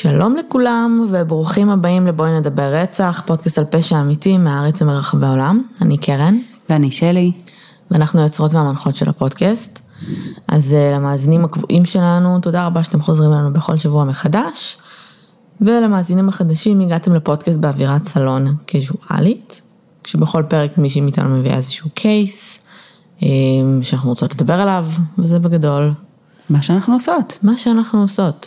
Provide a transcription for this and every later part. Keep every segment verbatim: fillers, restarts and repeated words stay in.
שלום לכולם וברוכים הבאים לבואי נדבר רצח, פודקאסט על פשע אמיתי מהארץ ומרחבי העולם. אני קרן. ואני שלי. ואנחנו יוצרות והמנחות של הפודקאסט. אז למאזינים הקבועים שלנו, תודה רבה שאתם חוזרים לנו בכל שבוע מחדש. ולמאזינים החדשים, הגעתם לפודקאסט באווירת סלון קזואלית, כשבכל פרק מישהי מאיתנו מביא איזשהו קייס, שאנחנו רוצות לדבר עליו, וזה בגדול. מה שאנחנו עושות. מה שאנחנו עושות.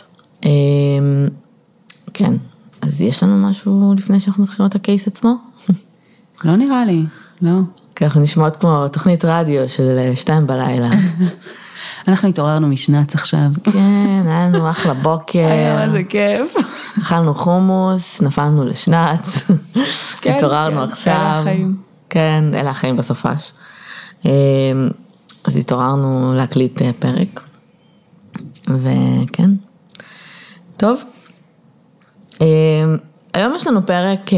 כן, אז יש לנו משהו לפני שאנחנו מתחילות את הקייס עצמו? לא נראה לי, לא. כי אנחנו נשמעות כמו תוכנית רדיו של שתיים בלילה. אנחנו התעוררנו משנץ עכשיו. כן, היה לנו אחלה בוקר. היה איזה כיף. אכלנו חומוס, נפלנו לשנץ. התעוררנו עכשיו. אלה החיים. כן, אלה החיים בסופש. אז התעוררנו להקליט פרק. וכן. טוב. היום יש לנו פרק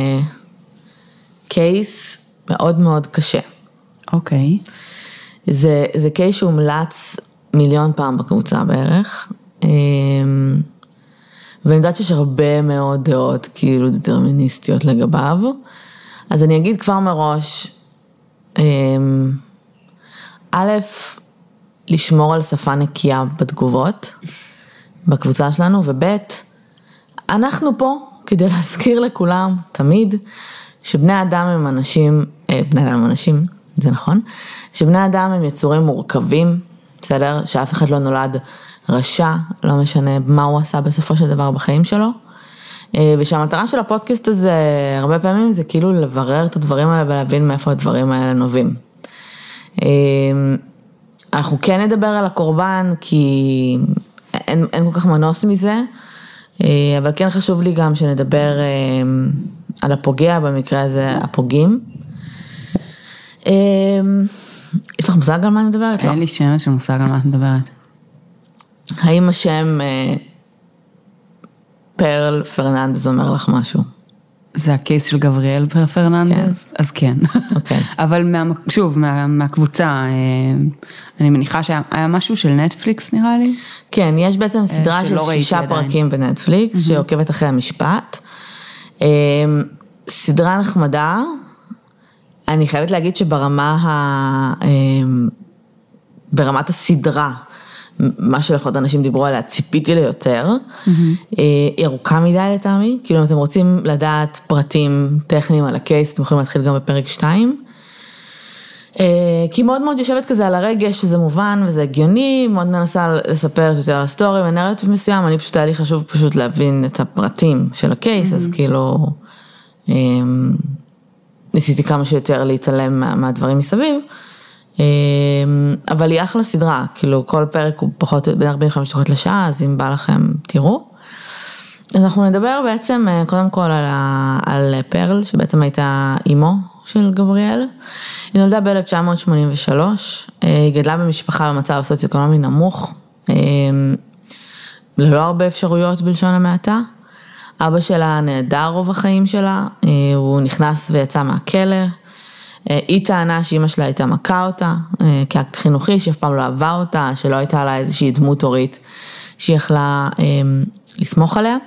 קייס מאוד מאוד קשה. אוקיי. זה, זה קייס שהומלץ מיליון פעם בקבוצה בערך. ואני יודעת שיש הרבה מאוד דעות כאילו דטרמיניסטיות לגביו. אז אני אגיד כבר מראש, א', לשמור על שפה נקייה בתגובות בקבוצה שלנו, וב', אנחנו פה כדי להזכיר לכולם תמיד שבני אדם הם אנשים, אה, בני אדם הם אנשים, זה נכון, שבני אדם הם יצורים מורכבים, בסדר? שאף אחד לא נולד רשע, לא משנה מה הוא עשה בסופו של דבר בחיים שלו, ושהמטרה של הפודקאסט הזה הרבה פעמים זה כאילו לברר את הדברים האלה ולהבין מאיפה הדברים האלה נובעים. אנחנו כן נדבר על הקורבן כי אין, אין כל כך מנוס מזה, אבל כן חשוב לי גם שנדבר על הפוגע, במקרה הזה הפוגעים. יש לך מושג על מה אני מדברת? אין לי שם של מושג על מה את מדברת. האם השם פרל פרננדז אומר לך משהו? זה הקייס של גבריאל פרננדז? אז כן. אוקיי. אבל שוב, מהקבוצה, אני מניחה שהיה משהו של נטפליקס נראה לי? כן, יש בעצם סדרה של שישה פרקים בנטפליקס, שעוקבת אחרי המשפט. סדרה נחמדה, אני חייבת להגיד שברמה ה... ברמת הסדרה, מה שלפחות אנשים דיברו עליה, ציפיתי ליותר, היא ארוכה מדי לטעמי, כאילו אם אתם רוצים לדעת פרטים טכניים על הקייס, אתם יכולים להתחיל גם בפרק שתיים, כי מאוד מאוד יושבת כזה על הרגש, שזה מובן וזה הגיוני, מאוד מנסה לספר יותר על הסטורי, ונרטיב מסוים, אני פשוט היה לי חשוב פשוט להבין את הפרטים של הקייס, אז כאילו, ניסיתי כמה שיותר להתעלם מהדברים מסביב, אבל היא אחלה סדרה, כאילו כל פרק הוא פחות בין ארבעים וחמש דקות לשעה, אז אם בא לכם תראו. אז אנחנו נדבר בעצם קודם כל על, על פרל, שבעצם הייתה אימו של גבריאל. היא נולדה ב-אלף תשע מאות שמונים ושלוש, היא גדלה במשפחה במצב סוציו-אקונומי נמוך, ללא הרבה אפשרויות בלשון המעטה. אבא שלה נעדר רוב החיים שלה, הוא נכנס ויצא מהכלא, היא טענה שאמא שלה הייתה מכה אותה, כאקט חינוכי, שאף פעם לא אהבה אותה, שלא הייתה לה איזושהי דמות הורית, שהיא יכלה לסמוך עליה.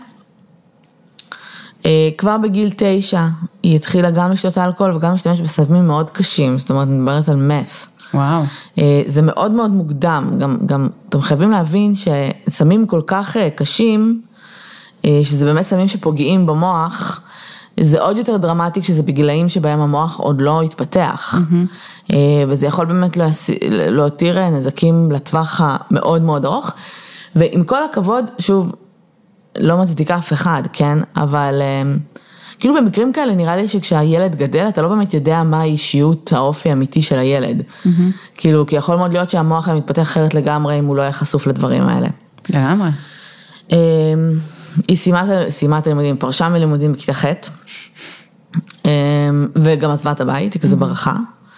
כבר בגיל תשע, היא התחילה גם לשתות אלכוהול, וגם להשתמש בסמים מאוד קשים, זאת אומרת, מדברת על מס. וואו. זה מאוד מאוד מוקדם, גם, גם אתם חייבים להבין שסמים כל כך קשים, שזה באמת סמים שפוגעים במוח, זה עוד יותר דרמטי כשזה בגילאים שבהם המוח עוד לא התפתח, mm-hmm. וזה יכול באמת להותיר נזקים לטווח המאוד מאוד ארוך, ועם כל הכבוד, שוב, לא מצדיקה אף אחד, כן, אבל כאילו במקרים כאלה נראה לי שכשהילד גדל, אתה לא באמת יודע מה האישיות האופי האמיתי של הילד, mm-hmm. כאילו, כי יכול מאוד להיות שהמוח מתפתח אחרת לגמרי אם הוא לא יהיה חשוף לדברים האלה. לגמרי. היא סיימה את הלימודים, פרשה מלימודים בכיתה ח' וגם עזבה את הבית, היא כזה ברחה.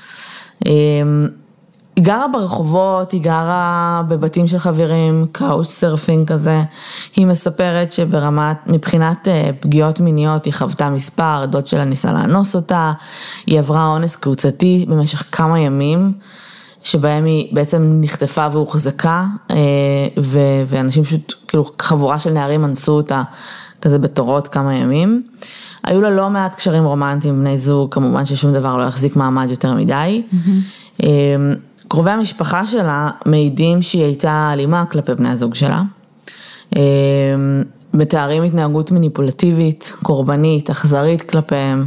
היא גרה ברחובות, היא גרה בבתים של חברים, קאוץ' סרפינג כזה. היא מספרת שברמת, מבחינת פגיעות מיניות, היא חוותה מספר, דוד שלה ניסה לאנוס אותה, היא עברה אונס קבוצתי במשך כמה ימים, שבהם היא בעצם נחטפה והוחזקה, ו- ואנשים פשוט, כאילו חבורה של נערים אנסו אותה כזה בתורות כמה ימים. היו לה לא מעט קשרים רומנטיים, בני זוג, כמובן ששום דבר לא יחזיק מעמד יותר מדי. Mm-hmm. קרובי המשפחה שלה מעידים שהיא הייתה אלימה כלפי בני הזוג שלה. מתארים התנהגות מניפולטיבית, קורבנית, אכזרית כלפיהם.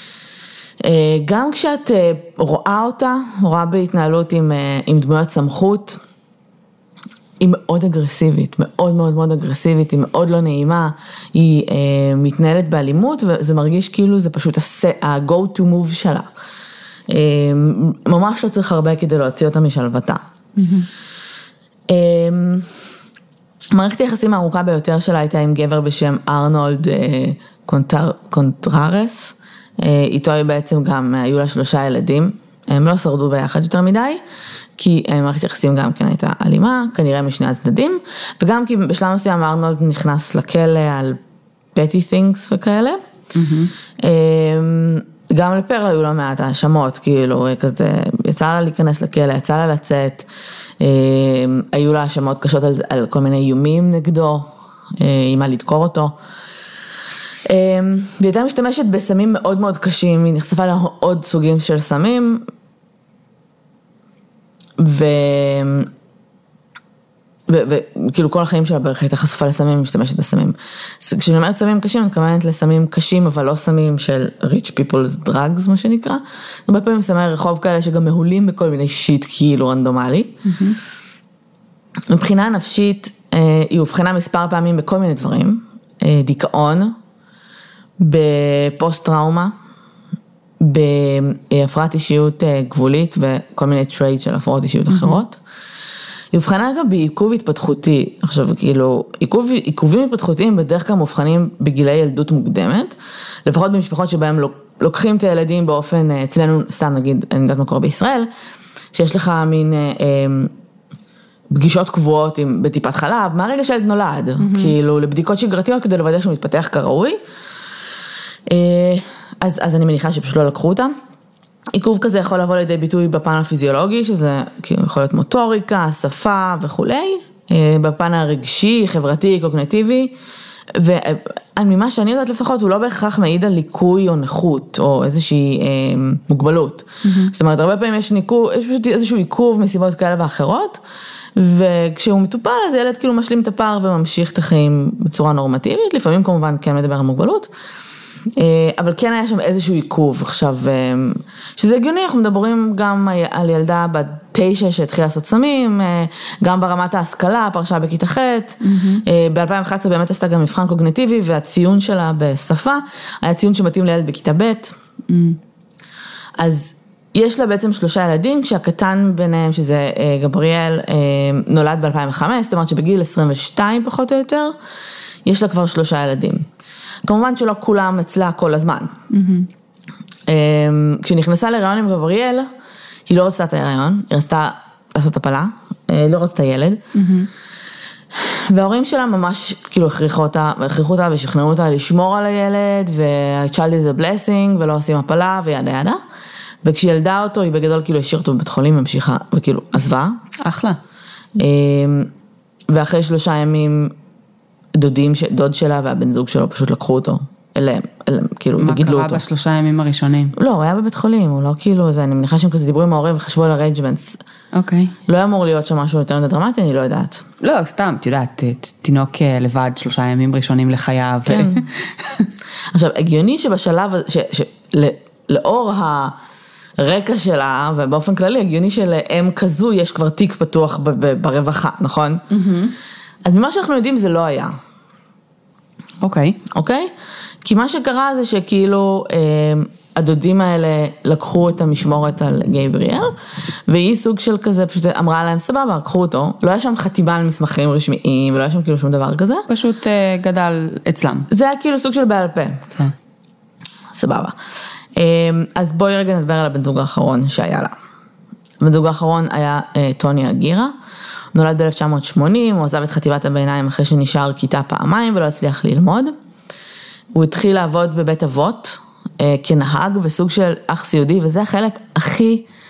גם כשאת רואה אותה, רואה בהתנהלות עם, עם דמויות סמכות, היא מאוד אגרסיבית, מאוד מאוד מאוד אגרסיבית, היא מאוד לא נעימה, היא אה, מתנהלת באלימות, וזה מרגיש כאילו זה פשוט ה-go to move שלה. אה, ממש לא צריך הרבה כדי להוציא אותה משלוותה. Mm-hmm. אה, מערכת היחסים הארוכה ביותר שלה הייתה עם גבר בשם ארנולד אה, קונטר, קונטררס, אה, איתו היא בעצם גם, היו לה שלושה ילדים, הם לא שרדו ביחד יותר מדי, כי מערכת יחסים גם כן הייתה אלימה, כנראה משני הצדדים, וגם כי בשלב מסוים ארנולד נכנס לכלא על petty things וכאלה. Mm-hmm. גם לפרל היו לא מעט האשמות, כאילו כזה, יצא לה להיכנס לכלא, יצא לה לצאת, היו לה האשמות קשות על, על כל מיני איומים נגדו, אימה לדקור אותו. והיא הייתה משתמשת בסמים מאוד מאוד קשים, היא נחשפה לעוד סוגים של סמים, ו... וכאילו כל החיים שלה בערך הייתה חשופה לסמים, היא משתמשת בסמים. כשאני אומרת סמים קשים, אני מתכוונת לסמים קשים, אבל לא סמים של rich people's drugs, מה שנקרא. הרבה פעמים סמי רחוב כאלה שגם מהולים בכל מיני שיט כאילו רנדומלי. Mm-hmm. מבחינה נפשית, היא הובחנה מספר פעמים בכל מיני דברים, דיכאון, בפוסט טראומה, בהפרעת אישיות גבולית וכל מיני טרייד של הפרעות אישיות אחרות. היא הובחנה גם בעיכוב התפתחותי, עכשיו כאילו, עיכוב, עיכובים התפתחותיים בדרך כלל מובחנים בגילי ילדות מוקדמת, לפחות במשפחות שבהם לוקחים את הילדים באופן, אצלנו, סתם נגיד, אני יודעת מה קורה בישראל, שיש לך מין אה, פגישות קבועות עם, בטיפת חלב, מהרגע שהילד נולד, mm-hmm. כאילו לבדיקות שגרתיות כדי לוודא שהוא מתפתח כראוי, אה, אז, אז אני מניחה שפשוט לא לקחו אותם. עיכוב כזה יכול לבוא לידי ביטוי בפן הפיזיולוגי, שזה יכול להיות מוטוריקה, שפה וכולי, בפן הרגשי, חברתי, קוגניטיבי, וממה שאני יודעת לפחות, הוא לא בהכרח מעיד על ליקוי או נכות, או איזושהי מוגבלות. Mm-hmm. זאת אומרת, הרבה פעמים יש, ניקו, יש פשוט איזשהו עיכוב מסיבות כאלה ואחרות, וכשהוא מטופל, אז ילד כאילו משלים את הפער וממשיך את החיים בצורה נורמטיבית, לפעמים כמובן כן מדבר על מוגבלות, אבל כן היה שם איזשהו עיכוב, עכשיו, שזה הגיוני, אנחנו מדברים גם על ילדה בת תשע שהתחילה לעשות סמים, גם ברמת ההשכלה, פרשה בכיתה ח', ב-אלפיים ואחת עשרה באמת עשתה גם מבחן קוגניטיבי, והציון שלה בשפה, היה ציון שמתאים לילד בכיתה ב', אז יש לה בעצם שלושה ילדים, כשהקטן ביניהם, שזה גבריאל, נולד ב-אלפיים וחמש, זאת אומרת שבגיל עשרים ושתיים פחות או יותר, יש לה כבר שלושה ילדים. כמובן שלא כולם אצלה כל הזמן. Mm-hmm. כשנכנסה להיריון עם גבריאל, היא לא רצתה את ההיריון, היא רצתה לעשות הפלה, לא רצתה ילד. Mm-hmm. וההורים שלה ממש כאילו הכריחו אותה, הכריחו אותה ושכנעו אותה לשמור על הילד, וה-child is a blessing, ולא עושים הפלה, וידה ידה. וכשהיא ילדה אותו, היא בגדול כאילו השאירה אותו בבית חולים, המשיכה, וכאילו עזבה. אחלה. ואחרי שלושה ימים, דודים, דוד שלה והבן זוג שלו פשוט לקחו אותו אליהם, אליהם, כאילו, וגידלו אותו. מה קרה בשלושה ימים הראשונים? לא, הוא היה בבית חולים, הוא לא כאילו, זה, אני מניחה שהם כזה דיברו עם ההורים וחשבו על הרייג'מנטס. אוקיי. לא אמור להיות שם משהו יותר דרמטי, אני לא יודעת. לא, סתם, את יודעת, תינוק לבד שלושה ימים ראשונים לחייו. כן. עכשיו, הגיוני שבשלב, לאור הרקע שלה, ובאופן כללי, הגיוני שלהם כזו, יש כבר תיק פתוח ברווחה, נכון? אז ממה שאנחנו יודעים זה לא היה. אוקיי. אוקיי? כי מה שקרה זה שכאילו אה, הדודים האלה לקחו את המשמורת על גבריאל, והיא סוג של כזה פשוט אמרה להם סבבה, לקחו אותו, לא היה שם חתימה על מסמכים רשמיים, ולא היה שם כאילו שום דבר כזה. פשוט אה, גדל אצלם. זה היה כאילו סוג של בעל פה. כן. סבבה. אה, אז בואי רגע נדבר על הבן זוג האחרון שהיה לה. הבן זוג האחרון היה אה, טוני אגירה, נולד ב-אלף תשע מאות שמונים, הוא עזב את חטיבת הביניים אחרי שנשאר כיתה פעמיים ולא הצליח ללמוד. הוא התחיל לעבוד בבית אבות, אה, כנהג בסוג של אח סיעודי, וזה החלק הכי,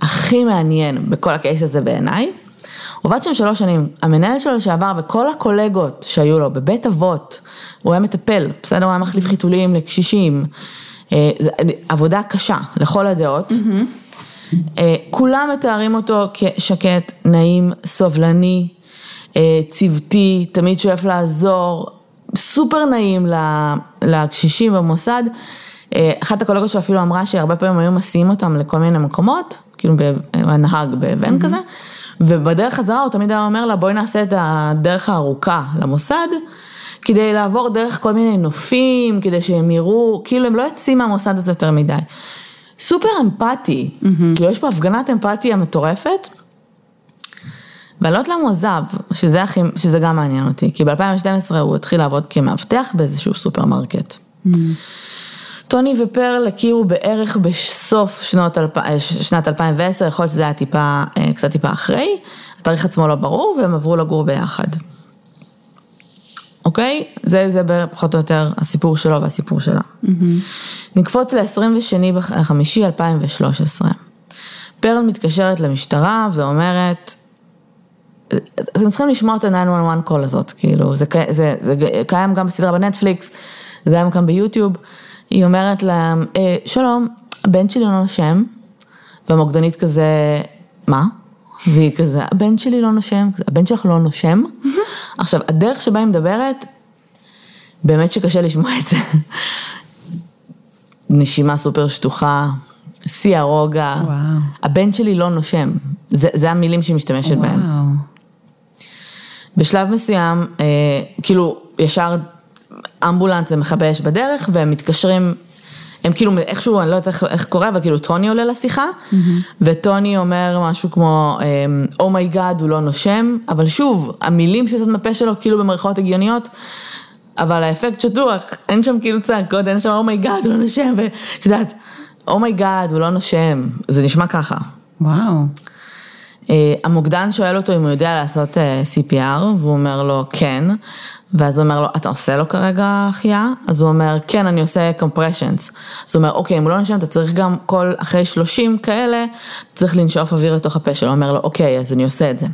הכי מעניין בכל הקייס הזה בעיניי, הוא עבד שם שלוש שנים, המנהל שלו שעבר וכל הקולגות שהיו לו בבית אבות, הוא היה מטפל, בסדר, הוא היה מחליף חיתולים לקשישים, עבודה קשה לכל הדעות, כולם מתארים אותו כשקט, נעים, סובלני, צוותי, תמיד שואף לעזור, סופר נעים לקשישים במוסד, אחת הקולגות שאפילו אמרה שהרבה פעמים היו מסיעים אותם לכל מיני מקומות, כאילו בנהג באבן כזה, ובדרך חזרה הוא תמיד היה אומר לה בואי נעשה את הדרך הארוכה למוסד, כדי לעבור דרך כל מיני נופים, כדי שהם יראו, כאילו הם לא יוצאים מהמוסד הזה יותר מדי. סופר אמפתי, כאילו יש פה הפגנת אמפתיה מטורפת, ואני לא יודעת למה הוא עזב, שזה, הכי, שזה גם מעניין אותי, כי ב-אלפיים ושתים עשרה הוא התחיל לעבוד כמאבטח באיזשהו סופרמרקט. טוני ופרל הכירו בערך בסוף שנות, שנת אלפיים ועשר, יכול להיות שזה היה טיפה, קצת טיפה אחרי, התאריך עצמו לא ברור, והם עברו לגור ביחד. אוקיי? זה, זה פחות או יותר הסיפור שלו והסיפור שלה. נקפוץ ל-עשרים ושני בחמישי אלפיים ושלוש עשרה. פרל מתקשרת למשטרה ואומרת, אתם צריכים לשמוע את ה-תשע אחת אחת קול הזאת, כאילו, זה, זה, זה קיים גם בסדרה בנטפליקס, זה קיים גם ביוטיוב, היא אומרת להם, אה, שלום, הבן שלי לא נושם, והמוקדנית כזה, מה? והיא כזה, הבן שלי לא נושם, הבן שלך לא נושם. עכשיו, הדרך שבה היא מדברת, באמת שקשה לשמוע את זה. נשימה סופר שטוחה, שיא הרוגע, הבן שלי לא נושם, זה, זה המילים שהיא משתמשת בהם. בשלב מסוים, אה, כאילו, ישר אמבולנס ומכבי אש בדרך, והם מתקשרים, הם כאילו איכשהו, אני לא יודעת איך, איך קורה, אבל כאילו טוני עולה לשיחה, mm-hmm. וטוני אומר משהו כמו, אומייגאד, הוא לא נושם, אבל שוב, המילים שיוצאות מהפה שלו, כאילו במרכאות הגיוניות, אבל האפקט שטוח, אין שם כאילו צעקות, אין שם אומייגאד, הוא לא נושם, ושדעת, אומייגאד, הוא לא נושם, זה נשמע ככה. וואו. המוקדן שואל אותו אם הוא יודע לעשות סי פי אר, והוא אומר לו כן, ואז הוא אומר לו, אתה עושה לו כרגע החיה? אז הוא אומר, כן, אני עושה compressions. אז הוא אומר, אוקיי, אם הוא לא נשם, אתה צריך גם כל, אחרי שלושים כאלה, צריך לנשוף אוויר לתוך הפה שלו. הוא אומר לו, אוקיי, אז אני עושה את זה.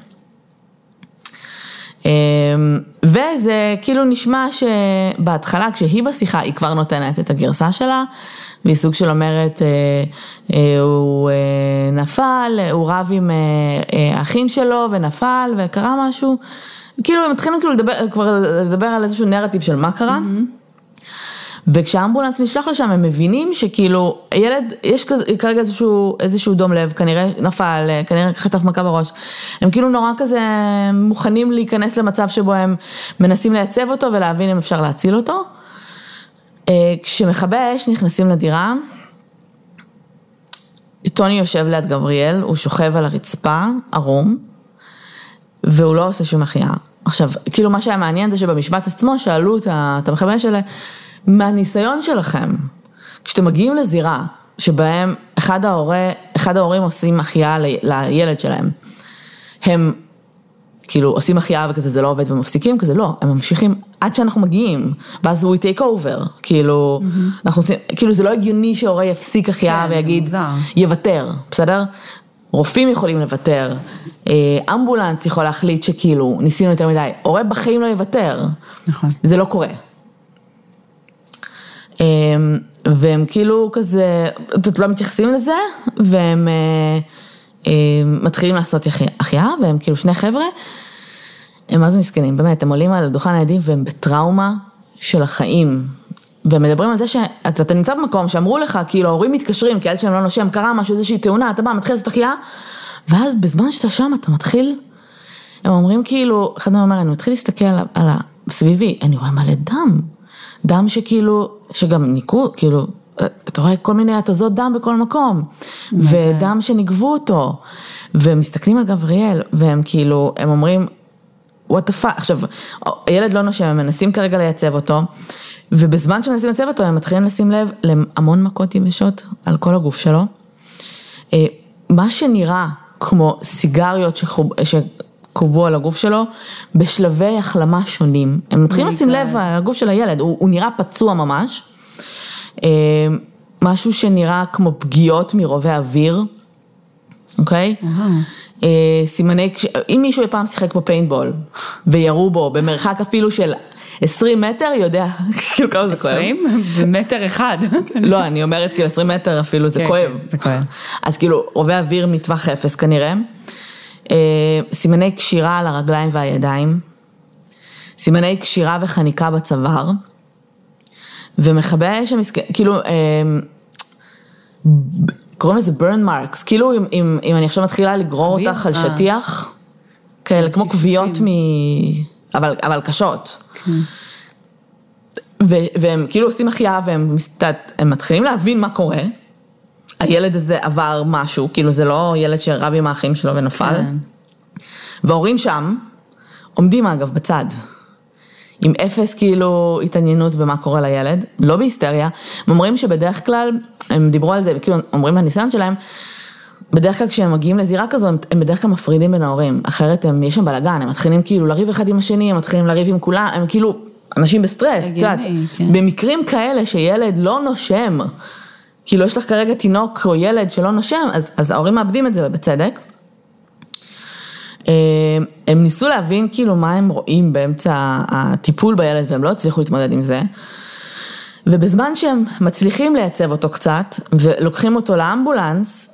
וזה כאילו נשמע שבהתחלה, כשהיא בשיחה, היא כבר נותנת את הגרסה שלה, והיא סוג של אומרת, הוא נפל, הוא רב עם האחים שלו, ונפל, וקרה משהו. כאילו, הם התחילו כאילו לדבר, כבר לדבר על איזשהו נרטיב של מה קרה, וכשהאמבולנס נשלח לשם, הם מבינים שכאילו, הילד, יש כרגע איזשהו, איזשהו דום לב, כנראה נפל, כנראה חטף מכה בראש, הם כאילו נורא כזה מוכנים להיכנס למצב שבו הם מנסים לייצב אותו, ולהבין אם אפשר להציל אותו. כשמכבי אש נכנסים לדירה, טוני יושב ליד גבריאל, הוא שוכב על הרצפה, ערום, והוא לא עושה שום החיה. עכשיו, כאילו מה שהיה מעניין זה שבמשפט עצמו שאלו את המכבי אש האלה, מהניסיון שלכם, כשאתם מגיעים לזירה, שבהם אחד ההורי, אחד ההורים עושים החיה לילד שלהם, הם כאילו עושים החיה וכזה זה לא עובד ומפסיקים, כזה לא, הם ממשיכים עד שאנחנו מגיעים, ואז הוא take over, כאילו, mm-hmm. אנחנו עושים, כאילו זה לא הגיוני שההורי יפסיק החיה כן, ויגיד, יוותר, בסדר? רופאים יכולים לוותר, אמבולנס יכול להחליט שכאילו ניסינו יותר מדי, הורה בחיים לא יוותר, נכון. זה לא קורה. והם כאילו כזה, לא מתייחסים לזה, והם מתחילים לעשות החיה, והם כאילו שני חבר'ה, הם מה זה מסכנים, באמת, הם עולים על דוכן העדים, והם בטראומה של החיים, והם מדברים על זה שאתה נמצא במקום שאמרו לך, כאילו ההורים מתקשרים, כי הילד שלהם לא נושם, קרה משהו, איזושהי תאונה, אתה בא, מתחיל לעשות החיה, ואז בזמן שאתה שם, אתה מתחיל, הם אומרים כאילו, אחד מהם אומר, אני מתחיל להסתכל על, על הסביבי, אני רואה מלא דם, דם שכאילו, שגם ניקו, כאילו, אתה רואה כל מיני התזות דם בכל מקום, ודם שנגבו אותו, והם מסתכלים על גבריאל, והם כאילו, הם אומרים, what the fuck, עכשיו, הילד לא נושם, הם מנסים כרגע לייצב אותו, ובזמן שהם מנסים לייצב אותו, הם מתחילים לשים לב להמון מכות יבשות על כל הגוף שלו, מה שנראה כמו סיגריות שקובו על הגוף שלו, בשלבי החלמה שונים, הם מתחילים לשים לב על הגוף של הילד, הוא, הוא נראה פצוע ממש, משהו שנראה כמו פגיעות מרובי אוויר, אוקיי? סימני, אם מישהו פעם שיחק בפיינבול, וירו בו במרחק אפילו של עשרים מטר, יודע, כאילו כמה זה כואב. עשרים? במטר אחד. לא, אני אומרת כאילו עשרים מטר אפילו זה כואב. זה כואב. אז כאילו רובה אוויר מטווח אפס כנראה. סימני קשירה על הרגליים והידיים. סימני קשירה וחניקה בצוואר. ומכבי האש, כאילו, קוראים לזה burn marks, כאילו אם, אם, אם אני עכשיו מתחילה לגרור אותך על שטיח, כאלה, כמו קביעות מ... אבל, אבל קשות. ו, והם כאילו עושים החייאה, והם מסתת, הם מתחילים להבין מה קורה, הילד הזה עבר משהו, כאילו זה לא ילד שרב עם האחים שלו ונפל, וההורים שם, עומדים אגב בצד, עם אפס כאילו התעניינות במה קורה לילד, לא בהיסטריה, הם אומרים שבדרך כלל, הם דיברו על זה, וכאילו אומרים לניסיון שלהם, בדרך כלל כשהם מגיעים לזירה כזו, הם, הם בדרך כלל מפרידים בין ההורים, אחרת הם, יש שם בלגן, הם מתחילים כאילו לריב אחד עם השני, הם מתחילים לריב עם כולם, הם כאילו אנשים בסטרס, תשעת, כן. במקרים כאלה שילד לא נושם, כאילו יש לך כרגע תינוק או ילד שלא נושם, אז, אז ההורים מאבדים את זה בצדק, הם ניסו להבין כאילו מה הם רואים באמצע הטיפול בילד, והם לא הצליחו להתמודד עם זה, ובזמן שהם מצליחים לייצב אותו קצת, ולוקחים אותו לאמבולנס,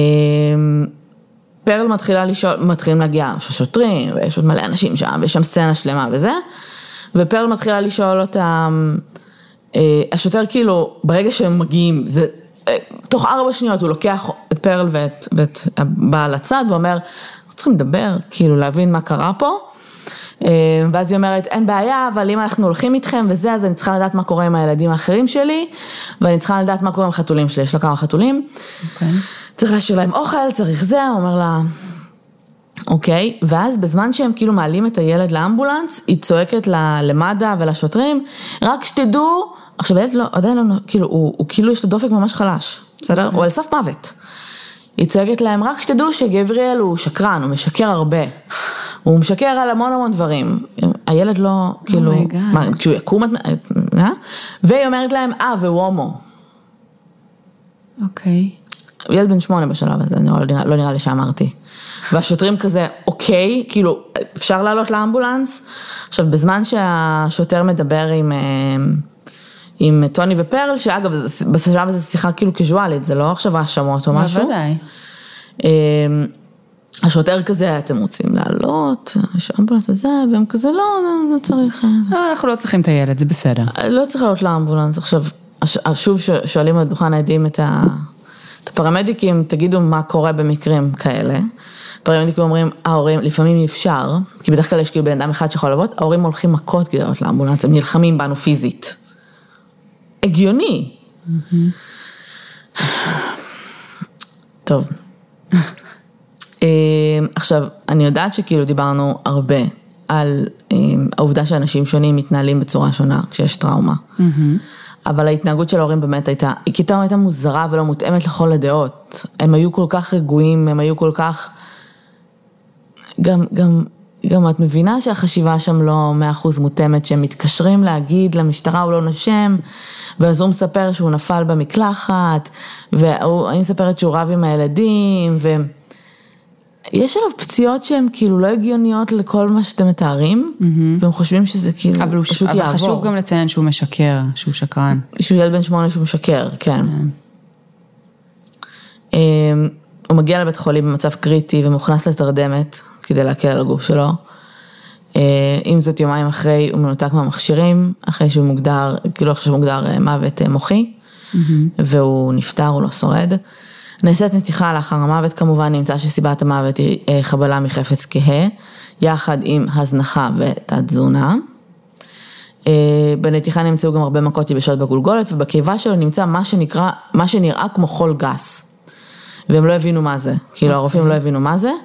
פרל מתחילה לשאול, מתחילים להגיע שוטרים, ויש עוד מלא אנשים שם, ויש שם סצנה שלמה וזה, ופרל מתחילה לשאול אותם, השוטר כאילו, ברגע שהם מגיעים, זה, תוך ארבע שניות הוא לוקח את פרל ואת, ואת הבעל הצד, ואומר, צריכים לדבר, כאילו להבין מה קרה פה, ואז היא אומרת, אין בעיה, אבל אם אנחנו הולכים איתכם וזה, אז אני צריכה לדעת מה קורה עם הילדים האחרים שלי, ואני צריכה לדעת מה קורה עם החתולים שלי, יש לה כמה חתולים, okay. צריך להשאיר להם אוכל, צריך זה, הוא אומר לה, אוקיי, ואז בזמן שהם כאילו מעלים את הילד לאמבולנס, היא צועקת למד"א ולשוטרים, רק שתדעו, עכשיו הילד לא, עדיין לא, כאילו, הוא, הוא כאילו יש לו דופק ממש חלש, בסדר? Okay. הוא על סף מוות. היא צועקת להם, רק שתדעו שגבריאל הוא שקרן, הוא משקר הרבה. הוא משקר על המון המון דברים. הילד לא, כאילו, מה, כשהוא יקום, אה? והיא אומרת להם, אה, והוא הומו. אוקיי. ילד בן שמונה בשלב הזה, לא נראה לי שאמרתי. והשוטרים כזה, אוקיי, כאילו, אפשר לעלות לאמבולנס? עכשיו, בזמן שהשוטר מדבר עם... עם טוני ופרל, שאגב, בשלב הזה שיחה כאילו קזואלית, זה לא עכשיו האשמות או משהו. בוודאי. השוטר כזה, אתם רוצים לעלות, יש אמבולנס הזה, והם כזה, לא, לא צריך. אנחנו לא צריכים את הילד, זה בסדר. לא צריך לעלות לאמבולנס. עכשיו, שוב שואלים על דוכן העדים את הפרמדיקים, תגידו מה קורה במקרים כאלה. הפרמדיקים אומרים, ההורים, לפעמים אי אפשר, כי בדרך כלל יש כאילו בן אדם אחד שיכול לעבוד, ההורים הולכים מכות כדי לעלות לאמבולנס, הם נלחמים בנו פיזית. הגיוני. טוב. עכשיו, אני יודעת שכאילו דיברנו הרבה על העובדה שאנשים שונים מתנהלים בצורה שונה כשיש טראומה. אבל ההתנהגות של ההורים באמת הייתה, היא כיתה הייתה מוזרה ולא מותאמת לכל הדעות. הם היו כל כך רגועים, הם היו כל כך... גם, גם... גם את מבינה שהחשיבה שם לא מאה אחוז מותאמת, שהם מתקשרים להגיד למשטרה הוא לא נושם, ואז הוא מספר שהוא נפל במקלחת, והיא מספרת שהוא רב עם הילדים, ויש עליו פציעות שהן כאילו לא הגיוניות לכל מה שאתם מתארים, mm-hmm. והם חושבים שזה כאילו אבל פשוט אבל יעבור. אבל חשוב גם לציין שהוא משקר, שהוא שקרן. שהוא ילד בן שמונה שהוא משקר, כן. Mm-hmm. הוא מגיע לבית חולים במצב קריטי, ומוכנס לתרדמת, כדי להקל על הגוף שלו. אם זאת יומיים אחרי, הוא מנותק מהמכשירים, אחרי שהוא מוגדר, כאילו אחרי שהוא מוגדר מוות מוחי, mm-hmm. והוא נפטר, הוא לא שורד. נעשית נתיחה לאחר המוות, כמובן נמצא שסיבת המוות היא חבלה מחפץ כהה, יחד עם הזנחה ותת תזונה. בנתיחה נמצאו גם הרבה מכות יבשות בגולגולת, ובקיבה שלו נמצא מה שנקרא, מה שנראה כמו חול גס. והם לא הבינו מה זה, כאילו okay. הרופאים לא הבינו מה זה.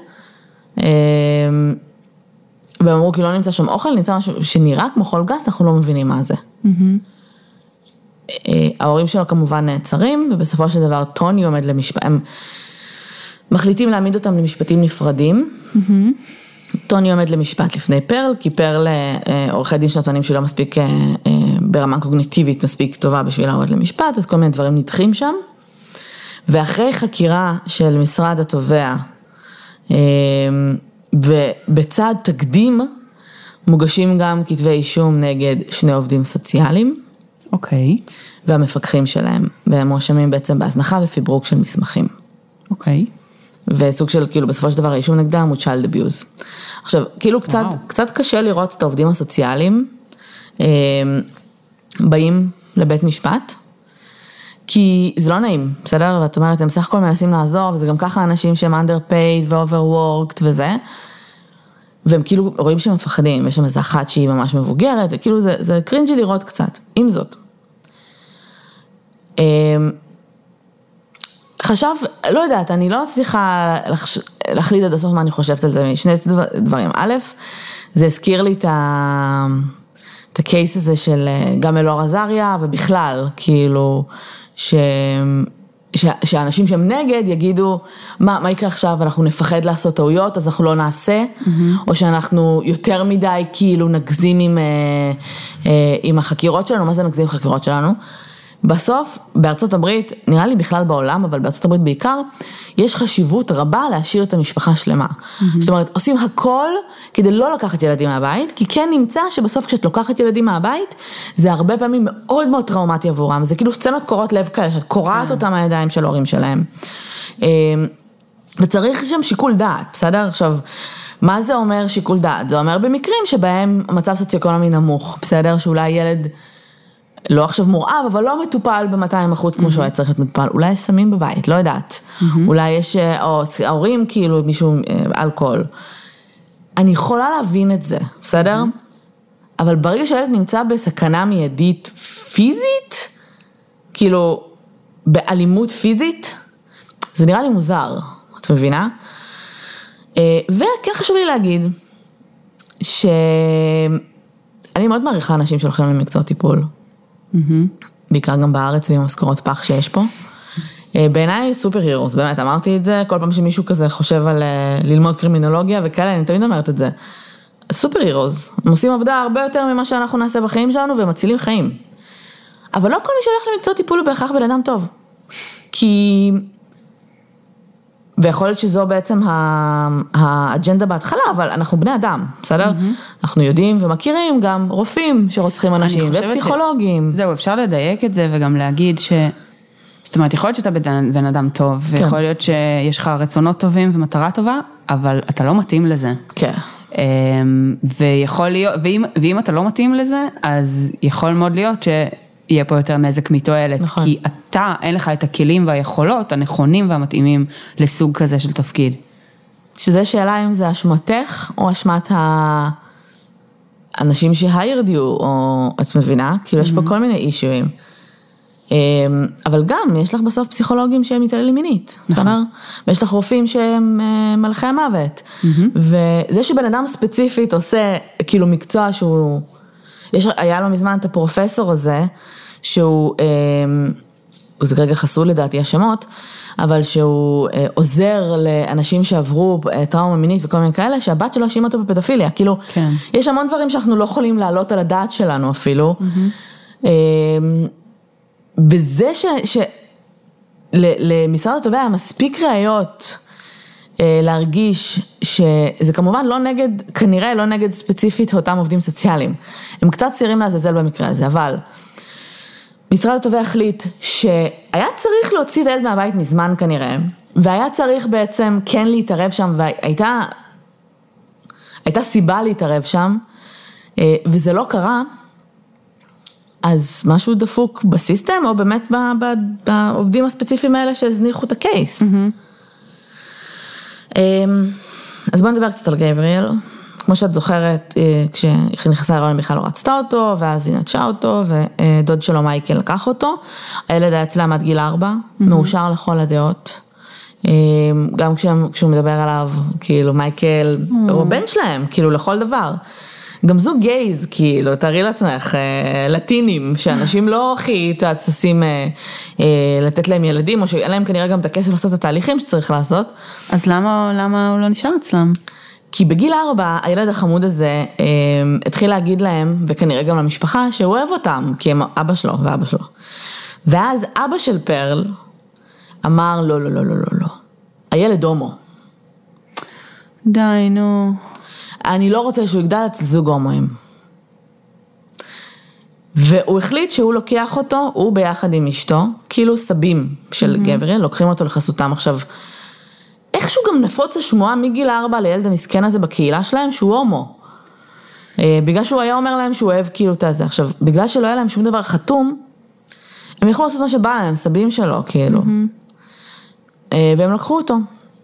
והם אמרו, כי לא נמצא שם אוכל, נמצא משהו שנראה כמו חול גס, אנחנו לא מבינים מה זה. Mm-hmm. ההורים שלו כמובן נעצרים, ובסופו של דבר טוני עומד למשפט, הם מחליטים להעמיד אותם למשפטים נפרדים. Mm-hmm. טוני עומד למשפט לפני פרל, כי פרל עורכי דין שנתונים שלא מספיק, ברמה קוגניטיבית מספיק טובה בשביל לעמוד למשפט, אז כל מיני דברים נדחים שם. ואחרי חקירה של משרד התובע, ובצד תקדים, מוגשים גם כתבי אישום נגד שני עובדים סוציאליים. אוקיי. והמפקחים שלהם, והם מואשמים בעצם בהזנחה ופיברוק של מסמכים. אוקיי. וסוג של, כאילו, בסופו של דבר, האישום נגדם הוא child abuse. עכשיו, כאילו, קצת, קצת קשה לראות את העובדים הסוציאליים, באים לבית משפט, כי זה לא נעים, בסדר? ואת אומרת, הם סך הכל מנסים לעזור, וזה גם ככה אנשים שהם underpaid ו-overworked וזה, והם כאילו רואים שהם מפחדים, יש שם איזה אחת שהיא ממש מבוגרת, וכאילו זה, זה קרינג'י לראות קצת, עם זאת. חשב, לא יודעת, אני לא צריכה להחליט עד הסוף מה אני חושבת על זה, משני דברים. א', זה הזכיר לי את ה... את הקייס הזה של גם אלאור עזריה, ובכלל, כאילו, ש... ש... שאנשים שהם נגד יגידו, מה, מה יקרה עכשיו, אנחנו נפחד לעשות טעויות, אז אנחנו לא נעשה, mm-hmm. או שאנחנו יותר מדי, כאילו, נגזים עם, עם החקירות שלנו, מה זה נגזים עם החקירות שלנו? בסוף, בארצות הברית, נראה לי בכלל בעולם, אבל בארצות הברית בעיקר, יש חשיבות רבה להשאיר את המשפחה שלמה. Mm-hmm. זאת אומרת, עושים הכל כדי לא לקחת ילדים מהבית, כי כן נמצא שבסוף כשאת לוקחת ילדים מהבית, זה הרבה פעמים מאוד מאוד טראומטי עבורם, זה כאילו סצנות קורות לב כאלה, שאת קוראת כן. אותם מהידיים של ההורים שלהם. וצריך שם שיקול דעת, בסדר? עכשיו, מה זה אומר שיקול דעת? זה אומר במקרים שבהם המצב סוציו-אקונומי נמוך, בסדר? שאולי ילד... לא עכשיו מורעב, אבל לא מטופל ב-מאתיים אחוז כמו שהוא היה צריך להיות מטופל. אולי יש סמים בבית, לא יודעת. אולי יש, או ההורים כאילו, מישהו, אלכוהול. אני יכולה להבין את זה, בסדר? אבל ברגע שהילד נמצא בסכנה מיידית פיזית, כאילו, באלימות פיזית, זה נראה לי מוזר, את מבינה? וכן חשוב לי להגיד, שאני מאוד מעריכה אנשים שהולכים למקצוע טיפול. בעיקר גם בארץ ועם משכורות פח שיש פה. בעיניי סופר הירוס, באמת אמרתי את זה, כל פעם שמישהו כזה חושב על ללמוד קרימינולוגיה וכאלה, אני תמיד אומרת את זה. סופר הירוס, הם עושים עבודה הרבה יותר ממה שאנחנו נעשה בחיים שלנו ומצילים חיים. אבל לא כל מי שהולך למקצוע טיפול הוא בהכרח בן אדם טוב. כי... ויכול להיות שזו בעצם האג'נדה בהתחלה, אבל אנחנו בני אדם, בסדר? Mm-hmm. אנחנו יודעים ומכירים גם רופאים שרוצחים אנשים, ופסיכולוגים. ש... זהו, אפשר לדייק את זה וגם להגיד ש... זאת אומרת, יכול להיות שאתה בן, בן אדם טוב, כן. ויכול להיות שיש לך רצונות טובים ומטרה טובה, אבל אתה לא מתאים לזה. כן. ויכול להיות, ואם, ואם אתה לא מתאים לזה, אז יכול מאוד להיות ש... יהיה פה יותר נזק מתועלת, נכון. כי אתה, אין לך את הכלים והיכולות הנכונים והמתאימים לסוג כזה של תפקיד. שזה שאלה אם זה אשמתך, או אשמת האנשים שהיירדיו, או את מבינה, כאילו mm-hmm. יש פה כל מיני אישויים. אבל גם, יש לך בסוף פסיכולוגים שהם מתעללים מינית, נכון. בסדר? ויש לך רופאים שהם מלכי המוות. Mm-hmm. וזה שבן אדם ספציפית עושה, כאילו מקצוע שהוא... יש, היה לו מזמן את הפרופסור הזה, שהוא, אה, זה כרגע חסול לדעתי השמות, אבל שהוא אה, עוזר לאנשים שעברו אה, טראומה מינית וכל מיני כאלה, שהבת שלו האשימה אותו בפדופיליה, כאילו, כן. יש המון דברים שאנחנו לא יכולים לעלות על הדעת שלנו אפילו, mm-hmm. אה, בזה ש, ש למשרד התובע מספיק ראיות, להרגיש שזה כמובן לא נגד, כנראה לא נגד ספציפית אותם עובדים סוציאליים. הם קצת צעירים לעזאזל במקרה הזה, אבל משרד התובע החליט שהיה צריך להוציא את הילד מהבית מזמן כנראה, והיה צריך בעצם כן להתערב שם, והייתה הייתה סיבה להתערב שם, וזה לא קרה, אז משהו דפוק בסיסטם, או באמת בעובדים הספציפיים האלה שהזניחו את הקייס. אז בואו נדבר קצת על גבריאל. כמו שאת זוכרת, כשהיא נכנסה להיריון בכלל לא רצתה אותו, ואז היא נטשה אותו, ודוד שלו מייקל לקח אותו. הילד היה אצלם עד גיל ארבע, מאושר לכל הדעות. גם כשהוא מדבר עליו, כאילו מייקל, הוא בן שלהם, כאילו לכל דבר. גם זו גייז, כאילו, תראי לעצמך, לטינים, שאנשים לא הכי תעצסים לתת להם ילדים, או שאין להם כנראה גם את הכסף לעשות את התהליכים שצריך לעשות. אז למה, למה הוא לא נשאר אצלם? כי בגיל ארבע, הילד החמוד הזה התחיל להגיד להם, וכנראה גם למשפחה, שהוא אוהב אותם, כי הם אבא שלו ואבא שלו. ואז אבא של פרל אמר, לא, לא, לא, לא, לא, לא. הילד הומו. די, נו. אני לא רוצה שהוא יגדל אצל זוג הומואים. והוא החליט שהוא לוקח אותו, הוא ביחד עם אשתו, כאילו סבים של mm-hmm. גבריאל, לוקחים אותו לחסותם עכשיו. איכשהו גם נפוץ השמועה מגיל ארבע לילד המסכן הזה בקהילה שלהם, שהוא הומו. בגלל שהוא היה אומר להם שהוא אוהב כאילו את זה. עכשיו, בגלל שלא היה להם שום דבר חתום, הם יכולו לעשות מה שבא להם, סבים שלו, כאילו. Mm-hmm. והם לקחו אותו.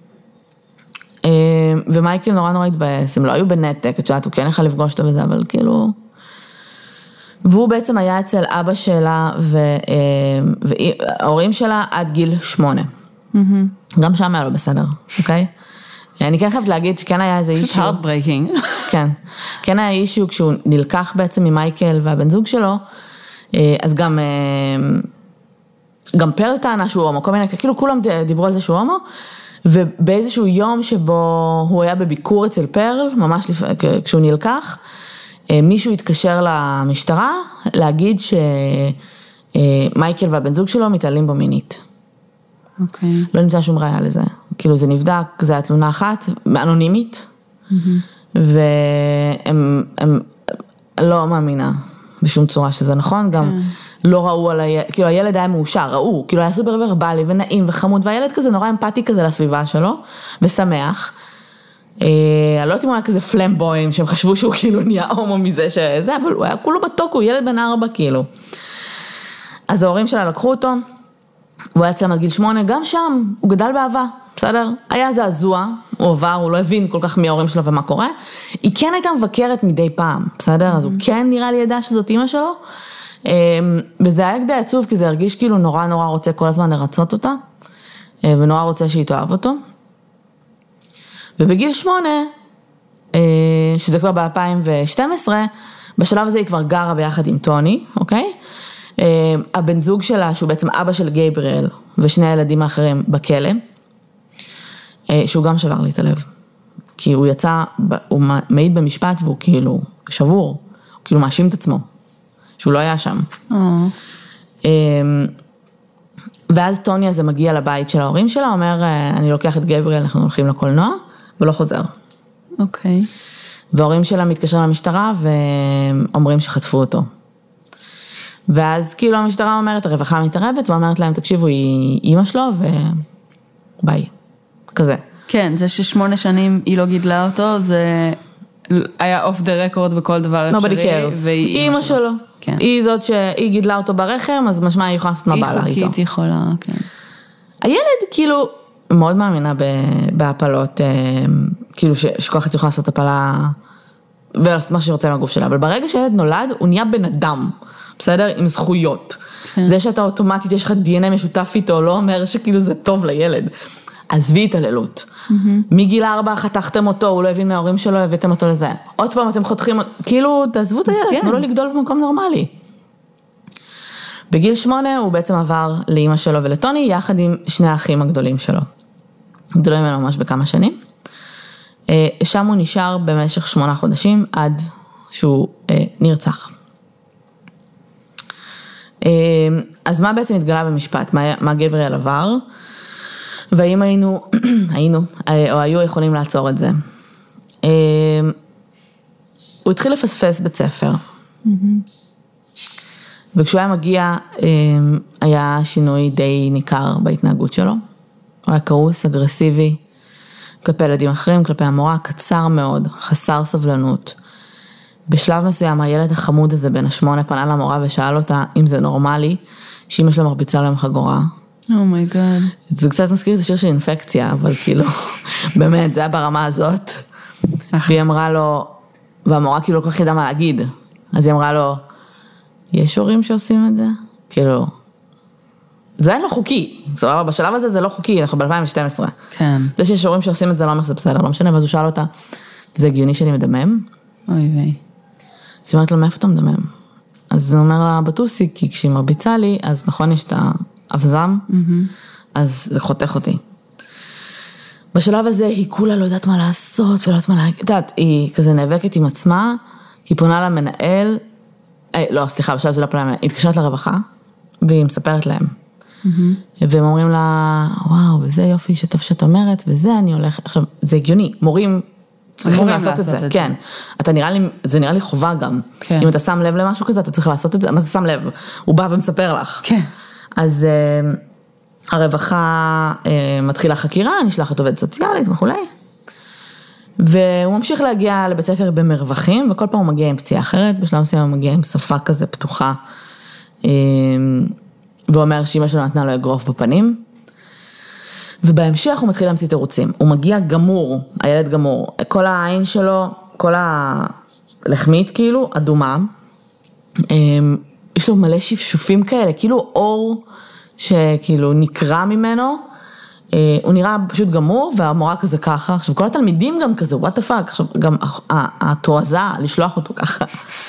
ומייקל נורא נורא התבאס, הם לא היו בנתק, את יודעת, הוא כן יכול לפגוש אותו וזה, אבל כאילו... והוא בעצם היה אצל אבא שלה וההורים שלה עד גיל שמונה. גם שם היה לו בסדר, אוקיי? אני כן חייבת להגיד שכן היה איזה אישו. heartbreaking. כן. כן היה אישו כשהוא נלקח בעצם ממייקל והבן זוג שלו, אז גם, גם פרל טענה שהוא הומו, כל מיני, כאילו כולם דיברו על זה שהוא הומו, ובאיזשהו יום שבו הוא היה בביקור אצל פרל, ממש לפ... כשהוא נלקח, מישהו התקשר למשטרה להגיד שמייקל והבן זוג שלו מתעללים בו מינית. אוקיי. לא נמצא שום ראיה לזה. כאילו זה נבדק, זה היה תלונה אחת, אנונימית, והם הם, לא מאמינה בשום צורה שזה נכון, גם לא ראו על הילד, כאילו הילד היה מאושר, ראו, כאילו היה סופר ורבלי ונעים וחמוד, והילד כזה נורא אמפתי כזה לסביבה שלו, ושמח. אני לא יודעת אם הוא היה כזה פלמבויים, שהם חשבו שהוא כאילו נהיה הומו מזה שזה, אבל הוא היה כולו מתוק, הוא ילד בן ארבע כאילו. אז ההורים שלה לקחו אותו, הוא היה אצלם עד גיל שמונה, גם שם הוא גדל באהבה, בסדר? היה זעזוע, הוא עבר, הוא לא הבין כל כך מי ההורים שלו ומה קורה. היא כן הייתה מבקרת מדי פעם, בסדר? אז הוא כן נראה לי ידע שזאת אמא שלו, וזה היה די עצוב, כי זה הרגיש כאילו נורא נורא רוצה כל הזמן לרצות אותה, ונורא רוצה שהיא תאהב אותו. ובגיל שמונה, שזה כבר ב-אלפיים ושתים עשרה, בשלב הזה היא כבר גרה ביחד עם טוני, אוקיי? הבן זוג שלה, שהוא בעצם אבא של גייבריאל, ושני הילדים האחרים בכלא, שהוא גם שבר לי את הלב. כי הוא יצא, הוא מעיד במשפט, והוא כאילו שבור, הוא כאילו מאשים את עצמו, שהוא לא היה שם. ואז טוני הזה מגיע לבית של ההורים שלה, אומר, אני לוקח את גייבריאל, אנחנו הולכים לקולנוע, ולא חוזר. אוקיי. וההורים שלה מתקשרים למשטרה, ואומרים שחטפו אותו. ואז כאילו המשטרה אומרת, הרווחה מתערבת, ואומרת להם, תקשיבו, היא אימא שלו, וביי. כזה. כן, זה ששמונה שנים היא לא גידלה אותו, זה היה אוף דה רקורד בכל דבר אפשרי. Nobody cares. היא אימא שלו. כן. היא זאת שהיא גידלה אותו ברחם, אז משמע היא יכולה לעשות מה בא לה איתו. היא חוקית יכולה, כן. הילד כאילו מאוד מאמינה בהפלות, כאילו שכוחת יכולה לעשות הפלה, ולעשות מה שרוצה מהגוף שלה, אבל ברגע שהילד נולד, הוא נהיה בן אדם. בסדר? עם זכויות. זה שאתה אוטומטית, יש לך די אן איי משותף איתו, לא אומר שכאילו זה טוב לילד. עזבי התעללות. מגיל ארבע חתכתם אותו, הוא לא הבין מההורים שלו, הבאתם אותו לזה. עוד פעם אתם חותכים, כאילו תעזבו את הילד, תנו לו לגדול במקום נורמלי. בגיל שמונה הוא בעצם עבר לאמא שלו ולטוני, יחד עם שני האחים הגדולים שלו. גדולים ממנו ממש בכמה שנים. שם הוא נשאר במשך שמונה חודשים, עד שהוא נרצח. אז מה בעצם התגלה במשפט? מה, מה גבריאל עבר? והאם היינו, היינו, או היו יכולים לעצור את זה? הוא התחיל לפספס בית ספר. וכשהוא היה מגיע, היה שינוי די ניכר בהתנהגות שלו. הוא היה כעוס, אגרסיבי, כלפי ילדים אחרים, כלפי המורה, קצר מאוד, חסר סבלנות. בשלב מסוים, הילד החמוד הזה בין השמונה פנה למורה ושאל אותה אם זה נורמלי, שאמא שלו מרביצה להם חגורה. אומייגאד. זה קצת מזכיר את השיר של אינפקציה, אבל כאילו, באמת, זה היה ברמה הזאת. והיא אמרה לו, והמורה כאילו לא כל כך ידעה מה להגיד. אז היא אמרה לו, יש הורים שעושים את זה? כאילו, זה אין לא חוקי. בשלב הזה זה לא חוקי, אנחנו ב-אלפיים ושתים עשרה. כן. זה שיש הורים שעושים את זה, לא אומר שזה בסדר, לא משנה. ואז הוא שאל אותה, זה הגיוני שאני מדמם? אוי ויי. אז היא אומרת לו, מאיפה אתה מדמם? אז הוא אומר לה, בטוסי, כי כשהיא מרביצה לי, אז נכון יש את האבזם, אז זה חותך אותי. בשלב הזה היא כולה לא יודעת מה לעשות, ולא יודעת מה להגיד, את יודעת, היא כזה נאבקת עם עצמה, היא פונה למנהל, לא, סליחה, בשלב זה לא פונה, היא התקשרת לרווחה, והיא מספרת להם. והם אומרים לה, וואו, וזה יופי שטוב שאת אומרת, וזה אני הולך, עכשיו, זה הגיוני, מורים צריכים לעשות את זה, כן, אתה נראה לי, זה נראה לי חובה גם, אם אתה שם לב למשהו כזה, אתה צריך לעשות את זה, מה זה שם לב? הוא בא ומספר לך. כן. אז הרווחה מתחילה חקירה, נשלחת עובד סוציאלית וכולי, והוא ממשיך להגיע לבית ספר במרווחים, וכל פעם הוא מגיע עם פציעה אחרת, בשלב מסוים הוא מגיע עם שפה כזה פתוחה, ואומר שאמא שלו נתנה לו אגרוף בפנים, ובהמשך הוא מתחיל להמציא תירוצים, הוא מגיע גמור, הילד גמור, כל העין שלו, כל הלחמית כאילו, אדומה, יש לו מלא שפשופים כאלה, כאילו אור שכאילו נקרא ממנו, הוא נראה פשוט גמור, והמורה כזה ככה, עכשיו כל התלמידים גם כזה, what the fuck, עכשיו גם התועזה לשלוח אותו ככה,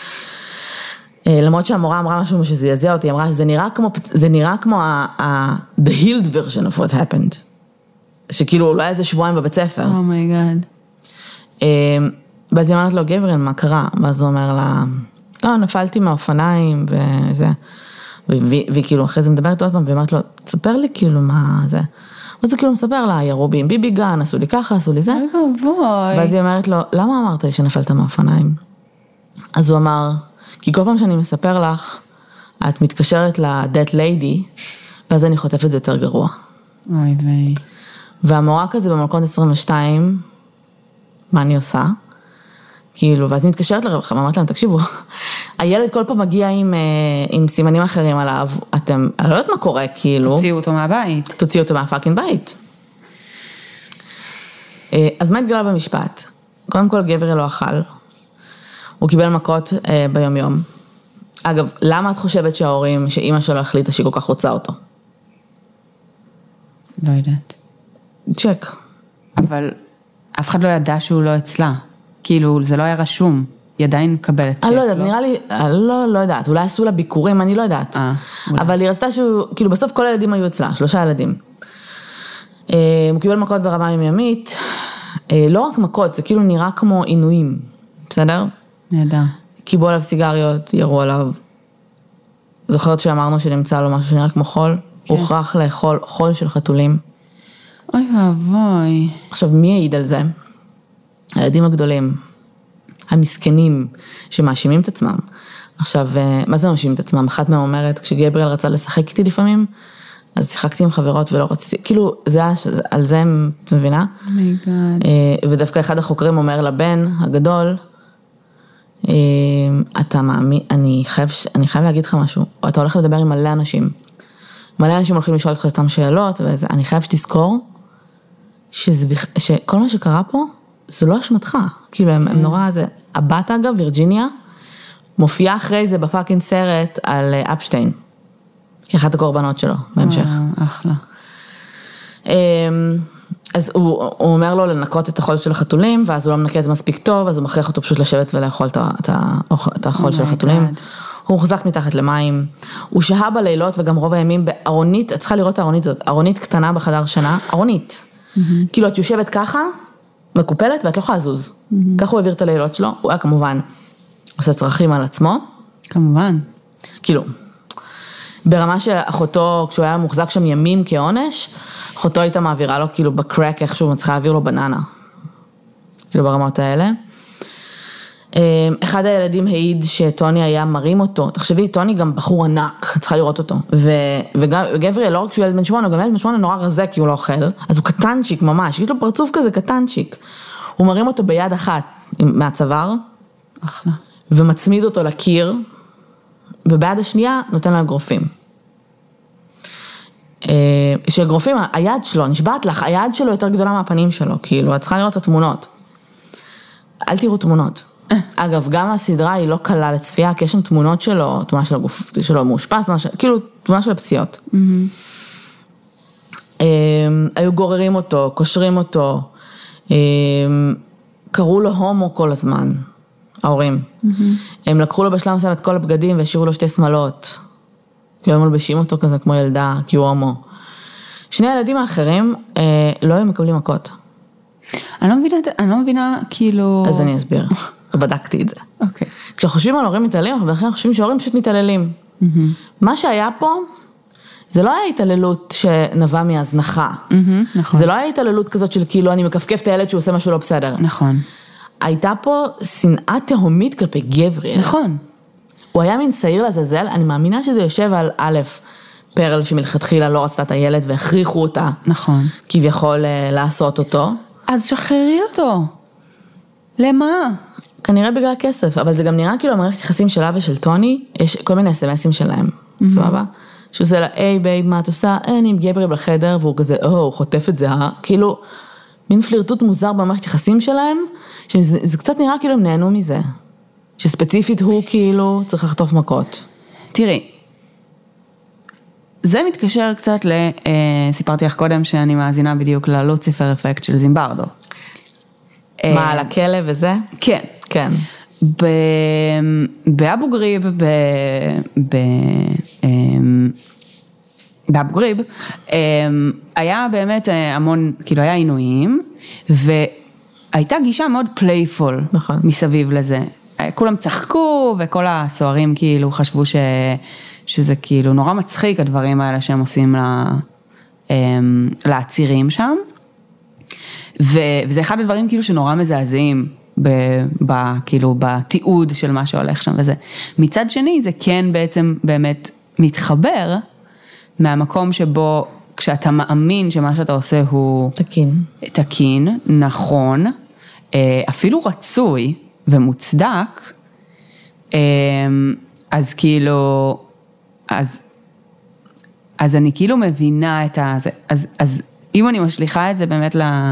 למרות שהמורה אמרה משהו שזה יזע אותי, אמרה שזה נראה כמו, זה נראה כמו ה- the healed version of what happened, שכאילו הוא לא היה איזה שבועיים בבית ספר. אומייגאד. ואז היא אומרת לו, גבריאל, מה קרה? ואז הוא אומר לה, לא, נפלתי מהאופניים וזה, והיא כאילו אחרי זה מדברת עוד פעם, והיא אומרת לו, תספר לי כאילו מה זה. ואז הוא כאילו מספר לה, ירו בי עם ביבי גן, עשו לי ככה, עשו לי זה. ואז היא אומרת לו, למה אמרת לי שנפלת מהאופניים? אז הוא אמר, כי כל פעם שאני מספר לך, את מתקשרת ל-dead lady, ואז אני חוטפת את זה יותר גרוע. אוי ויי. והמורה כזה במלכודת עשרים ושתיים, מה אני עושה? כאילו, ואז היא מתקשרת לרווחה, ואמרת להם, תקשיבו, הילד כל פעם מגיע עם, עם סימנים אחרים עליו, אתם, אני לא יודעת מה קורה, כאילו. תוציאו אותו מהבית. תוציאו אותו מהפאקינג בית. אז מה התגלה במשפט? קודם כל, גברי לא אכל. הוא קיבל מכות אה, ביום יום. אגב, למה את חושבת שההורים, שאימא שלו החליטה שהיא כל כך רוצה אותו? לא יודעת. צ'ק. אבל אף אחד לא ידע שהוא לא אצלה. כאילו, זה לא היה רשום. היא עדיין מקבלת צ'ק. אני לא יודעת, לא? נראה לי, לא, לא יודעת. אולי עשו לה ביקורים, אני לא יודעת. אה, אבל היא רצתה שהוא, כאילו בסוף כל הילדים היו אצלה, שלושה ילדים. אה, הוא קיבל מכות ברמה יומיומית. אה, לא רק מכות, זה כאילו נראה כמו עינויים. בסדר? נהדר. קיבלו עליו סיגריות, ירו עליו. זוכרת שאמרנו שנמצא לו משהו שנראה כמו חול? כן. הוא הוכרח לאכול חול של חתולים. אוי ואבוי. עכשיו, מי העיד על זה? הילדים הגדולים, המסכנים, שמאשימים את עצמם. עכשיו, מה זה מאשימים את עצמם? אחת מהם אומרת, כשגבריאל רצה לשחק איתי לפעמים, אז שיחקתי עם חברות ולא רציתי, כאילו, זה, על זה את מבינה? אומייגאד. ודווקא אחד החוקרים אומר לבן הגדול, אתה מאמין, אני חייב, אני חייב להגיד לך משהו, או אתה הולך לדבר עם מלא אנשים, מלא אנשים הולכים לשאול אותך אותם שאלות, ואני חייב שתזכור, שזה, שכל מה שקרה פה, זה לא אשמתך, כאילו הם, הם נורא, זה, הבת אגב, וירג'יניה, מופיעה אחרי זה בפאקינג סרט על אפשטיין, כאחת הקורבנות שלו, בהמשך. אחלה. אז הוא, הוא אומר לו לנקות את החול של החתולים, ואז הוא לא מנקה את זה מספיק טוב, אז הוא מכריח אותו פשוט לשבת ולאכול את, את החול של החתולים. הוא הוחזק מתחת למים, הוא שהה בלילות וגם רוב הימים בארונית, את צריכה לראות את הארונית הזאת, ארונית קטנה בחדר שינה, ארונית. כאילו את יושבת ככה, מקופלת ואת לא יכולה לזוז. ככה הוא העביר את הלילות שלו, הוא היה כמובן עושה צרכים על עצמו. כמובן. כאילו, ברמה שאחותו, כשהוא היה מוחזק שם ימים כעונש, אחותו הייתה מעבירה לו כאילו בקרק איכשהו, מצליחה להעביר לו בננה. כאילו ברמות האלה. אחד הילדים העיד שטוני היה מרים אותו, תחשבי, טוני גם בחור ענק, צריכה לראות אותו, וגבריאל, לא רק שהוא ילד בן שמונה, הוא גם ילד בן שמונה נורא רזה כי הוא לא אוכל, אז הוא קטנצ'יק ממש, יש לו פרצוף כזה קטנצ'יק, הוא מרים אותו ביד אחת מהצוואר, אחלה. ומצמיד אותו לקיר, וביד השנייה נותן לו אגרופים. שאגרופים, היד שלו, נשבעת לך, היד שלו יותר גדולה מהפנים שלו, כאילו, את צריכה לראות את התמונות. אל תראו תמונות. אגב, גם הסדרה היא לא קלה לצפייה, כי יש שם תמונות שלו, תמונה של הגוף שלו מאושפז, כאילו, תמונה של הפציעות. היו גוררים אותו, קושרים אותו, קראו לו הומו כל הזמן, ההורים. הם לקחו לו בשלב מסוים את כל הבגדים והשאירו לו שתי שמלות, כי הם מלבשים אותו כזה כמו ילדה, כי הוא הומו. שני הילדים האחרים לא היו מקבלים מכות. אני לא מבינה, אני לא מבינה, כאילו... אז אני אסביר, בדקתי את זה. אוקיי. כשחושבים על הורים מתעללים, אנחנו בכלל חושבים שההורים פשוט מתעללים. מה שהיה פה, זה לא היה התעללות שנבע מהזנחה. נכון. זה לא היה התעללות כזאת של כאילו אני מקפקף את הילד שהוא עושה משהו לא בסדר. נכון. הייתה פה שנאה תהומית כלפי גבריאל. נכון. הוא היה מין שעיר לעזאזל, אני מאמינה שזה יושב על א', פרל שמלכתחילה לא רצתה את הילד והכריחו אותה. נכון. כביכול לעשות אותו. אז שחררי אותו. למה? כנראה בגלל כסף, אבל זה גם נראה כאילו המערכת יחסים שלה ושל טוני, יש כל מיני אס-אמסים שלהם, סבבה? שהוא עושה לה, היי בייב, מה את עושה? אני עם גבריאל בחדר, והוא כזה, או, הוא חוטף את זה, אה? כאילו, מין פלירטוט מוזר במערכת יחסים שלהם, שזה קצת נראה כאילו הם נהנו מזה. שספציפית הוא כאילו צריך לחטוף מכות. תראי, זה מתקשר קצת ל... סיפרתי לך קודם שאני מאזינה בדיוק ללוציפר אפקט של זימברדו. מה, על הכלב וזה? כן. כן. באבו גריב, באבו גריב, היה באמת המון, כאילו היה עינויים, והייתה גישה מאוד פלייפול מסביב לזה. כולם צחקו, וכל הסוהרים כאילו חשבו ש, שזה כאילו נורא מצחיק הדברים האלה שהם עושים לעצירים שם. וזה אחד הדברים כאילו שנורא מזעזעים, ב, ב, כאילו בתיעוד של מה שהולך שם וזה. מצד שני זה כן בעצם באמת מתחבר מהמקום שבו כשאתה מאמין שמה שאתה עושה הוא תקין, תקין, נכון, אפילו רצוי ומוצדק, אז כאילו, אז, אז אני כאילו מבינה את זה, אז, אז אם אני משליחה את זה באמת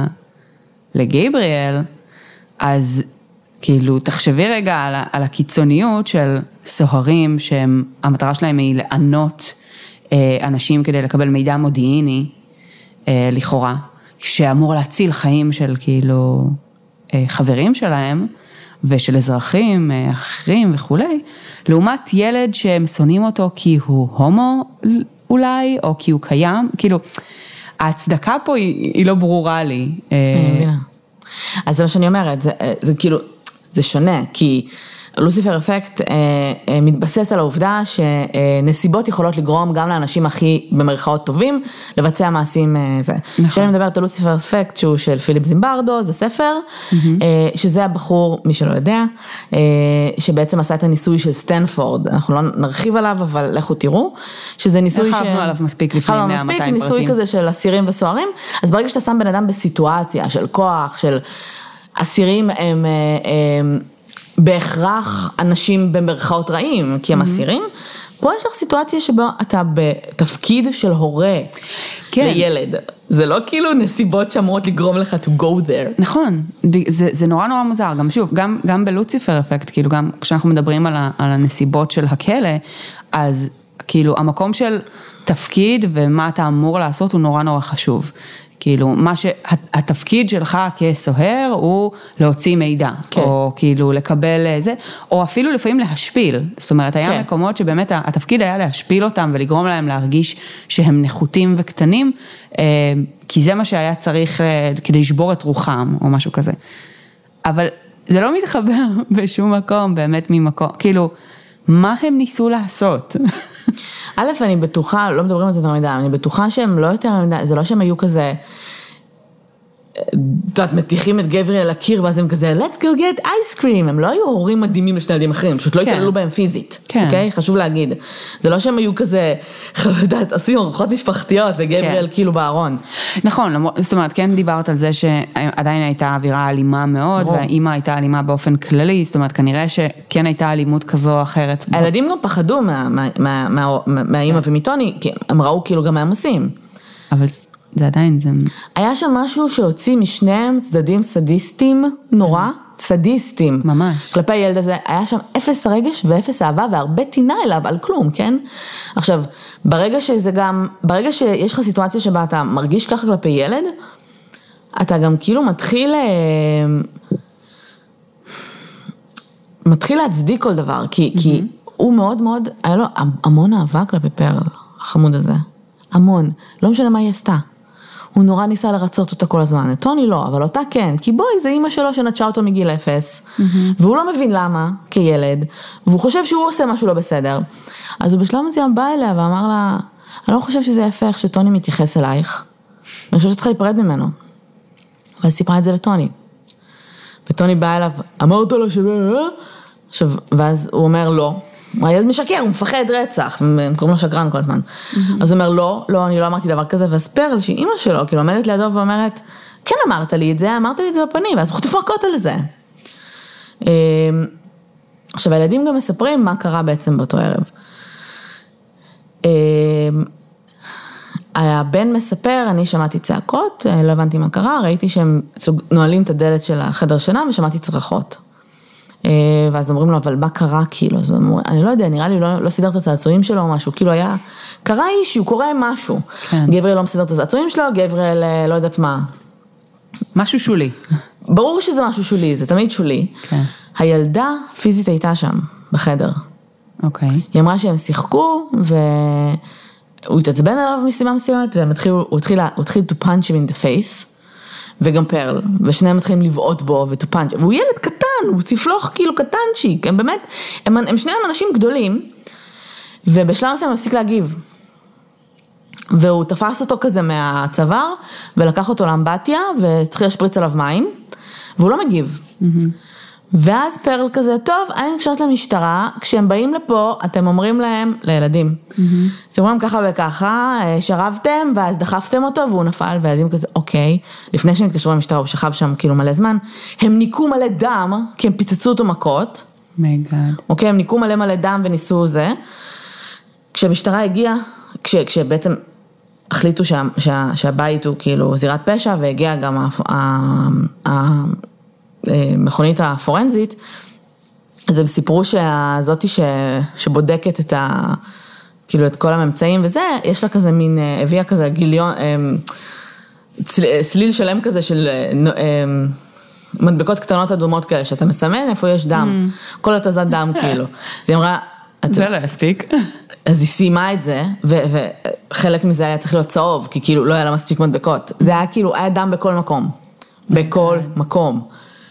לגבריאל, אז כאילו תחשבי רגע על, על הקיצוניות של סוהרים שהמטרה שלהם היא לענות אנשים כדי לקבל מידע מודיעיני לכאורה, שאמור להציל חיים של כאילו חברים שלהם ושל אזרחים אחרים וכולי, לעומת ילד שהם שונאים אותו כי הוא הומו אולי, או כי הוא קיים, כאילו ההצדקה פה היא, היא לא ברורה לי. אני מבינה. אז זה מה שאני אומרת, זה, זה כאילו, זה שונה, כי לוסיפר אפקט אה, אה, מתבסס על העובדה שנסיבות יכולות לגרום גם לאנשים הכי במרכאות טובים, לבצע מעשים אה, זה. נכון. כשאני מדברת על לוסיפר אפקט שהוא של פיליפ זימברדו, זה ספר, mm-hmm. אה, שזה הבחור, מי שלא יודע, אה, שבעצם עשה את הניסוי של סטנפורד, אנחנו לא נרחיב עליו, אבל לכו תראו, שזה ניסוי ש... חלבנו עליו מספיק לפני מאה מאתיים פרקים. ניסוי כזה של אסירים וסוהרים, אז ברגע שאתה שם בן אדם בסיטואציה של כוח, של אסירים הם... הם בהכרח אנשים במרכאות רעים, כי הם אסירים, פה יש לך סיטואציה שבו אתה בתפקיד של הורה לילד. זה לא כאילו נסיבות שאמורות לגרום לך to go there. נכון, זה, זה נורא נורא מוזר, גם שוב, גם, גם בלוציפר אפקט, כאילו גם כשאנחנו מדברים על, ה, על הנסיבות של הכלא, אז כאילו המקום של תפקיד ומה אתה אמור לעשות הוא נורא נורא חשוב. כאילו, מה שהתפקיד שלך כסוהר הוא להוציא מידע, כן. או כאילו לקבל זה, או אפילו לפעמים להשפיל. זאת אומרת, היה כן. מקומות שבאמת התפקיד היה להשפיל אותם ולגרום להם להרגיש שהם נחותים וקטנים, כי זה מה שהיה צריך כדי לשבור את רוחם או משהו כזה. אבל זה לא מתחבר בשום מקום, באמת ממקום, כאילו, מה הם ניסו לעשות? א', אני בטוחה, לא מדברים על זה יותר מדי, אני בטוחה שהם לא יותר מדי, זה לא שהם היו כזה, את יודעת, מתיחים את גבריאל לקיר, ואז הם כזה, let's go get ice cream, הם לא היו הורים מדהימים לשני ילדים אחרים, פשוט לא התעללו בהם פיזית, אוקיי? חשוב להגיד. זה לא שהם היו כזה, חלדת, עושים ארוחות משפחתיות, וגבריאל כאילו בארון. נכון, זאת אומרת, כן דיברת על זה שעדיין הייתה אווירה אלימה מאוד, והאימא הייתה אלימה באופן כללי, זאת אומרת, כנראה שכן הייתה אלימות כזו או אחרת. הילדים גם פחדו מהאימא ומטוני, כי הם ראו כאילו גם מה הם עושים. אבל זה עדיין, זה... היה שם משהו שהוציא משניהם צדדים סדיסטים נורא, סדיסטים. ממש. כלפי הילד הזה, היה שם אפס רגש ואפס אהבה והרבה טינה אליו על כלום, כן? עכשיו, ברגע שזה גם, ברגע שיש לך סיטואציה שבה אתה מרגיש ככה כלפי ילד, אתה גם כאילו מתחיל, מתחיל להצדיק כל דבר, כי, mm-hmm. כי הוא מאוד מאוד, היה לו המון אהבה כלפי פרל, החמוד הזה. המון. לא משנה מה היא עשתה. הוא נורא ניסה לרצות אותה כל הזמן. טוני לא, אבל אותה כן. כי בואי, זה אימא שלו שנטשה אותו מגיל אפס. Mm-hmm. והוא לא מבין למה, כילד. והוא חושב שהוא עושה משהו לא בסדר. אז הוא בשלב מסוים בא אליה ואמר לה, אני לא חושב שזה יפה איך שטוני מתייחס אלייך, ואני חושב שצריכה להיפרד ממנו. ואז סיפרה את זה לטוני. וטוני בא אליו, אמרת לו ש... עכשיו, ואז הוא אומר לא, הילד משקר, הוא מפחד רצח, הם קוראים לו שקרן כל הזמן. אז הוא אומר לא, לא, אני לא אמרתי דבר כזה, ואז פרל שהיא אימא שלו, כאילו עומדת לידו ואומרת, כן אמרת לי את זה, אמרת לי את זה בפנים, ואז הוא חוטף מכות על זה. עכשיו, הילדים גם מספרים מה קרה בעצם באותו ערב. הבן מספר, אני שמעתי צעקות, לא הבנתי מה קרה, ראיתי שהם נועלים את הדלת של החדר שינה ושמעתי צרחות. ואז אומרים לו, אבל מה קרה כאילו? אז אמרו, אני לא יודע, נראה לי לא, לא סידר את הצעצועים שלו או משהו, כאילו היה, קרה אישי, הוא קורא משהו. כן. גבריאל לא מסדר את הצעצועים שלו, גבריאל לא יודעת מה. משהו שולי. ברור שזה משהו שולי, זה תמיד שולי. כן. הילדה פיזית הייתה שם, בחדר. אוקיי. היא אמרה שהם שיחקו, והוא התעצבן עליו מסיבה מסוימת, והם התחילו, הוא התחיל, הוא התחיל to punch him in the face, וגם פרל, ושניהם מתחילים לבעוט בו, ו-to punch, והוא ילד קטן, הוא צפלוח כאילו קטנצ'יק, הם באמת, הם, הם שניהם אנשים גדולים, ובשלב מסוים הוא הפסיק להגיב. והוא תפס אותו כזה מהצוואר, ולקח אותו לאמבטיה, והתחיל לשפריץ עליו מים, והוא לא מגיב. ואז פרל כזה, טוב, אני נקשרת למשטרה, כשהם באים לפה, אתם אומרים להם, לילדים, אתם אומרים ככה וככה, שרבתם, ואז דחפתם אותו, והוא נפל, והילדים כזה, אוקיי, לפני שהם התקשרו למשטרה, הוא שכב שם כאילו מלא זמן, הם ניקו מלא דם, כי הם פיצצו אותו מכות, אוקיי, הם ניקו מלא מלא דם וניסו זה, כשהמשטרה הגיעה, כש, כשבעצם החליטו שה, שה, שהבית הוא כאילו זירת פשע, והגיעה גם ה, ה, המכונית הפורנזית, אז הם סיפרו שהזאתי ש, שבודקת את ה, כאילו את כל הממצאים וזה, יש לה כזה מין, הביאה כזה גיליון, צל, צליל שלם כזה של מדבקות קטנות אדומות כאלה, שאתה מסמן איפה יש דם, כל התזת דם כאילו. אז היא אמרה, זה לא יספיק. אז היא סיימה את זה, וחלק מזה היה צריך להיות צהוב, כי כאילו לא היה לה מספיק מדבקות. זה היה כאילו, היה דם בכל מקום. בכל מקום.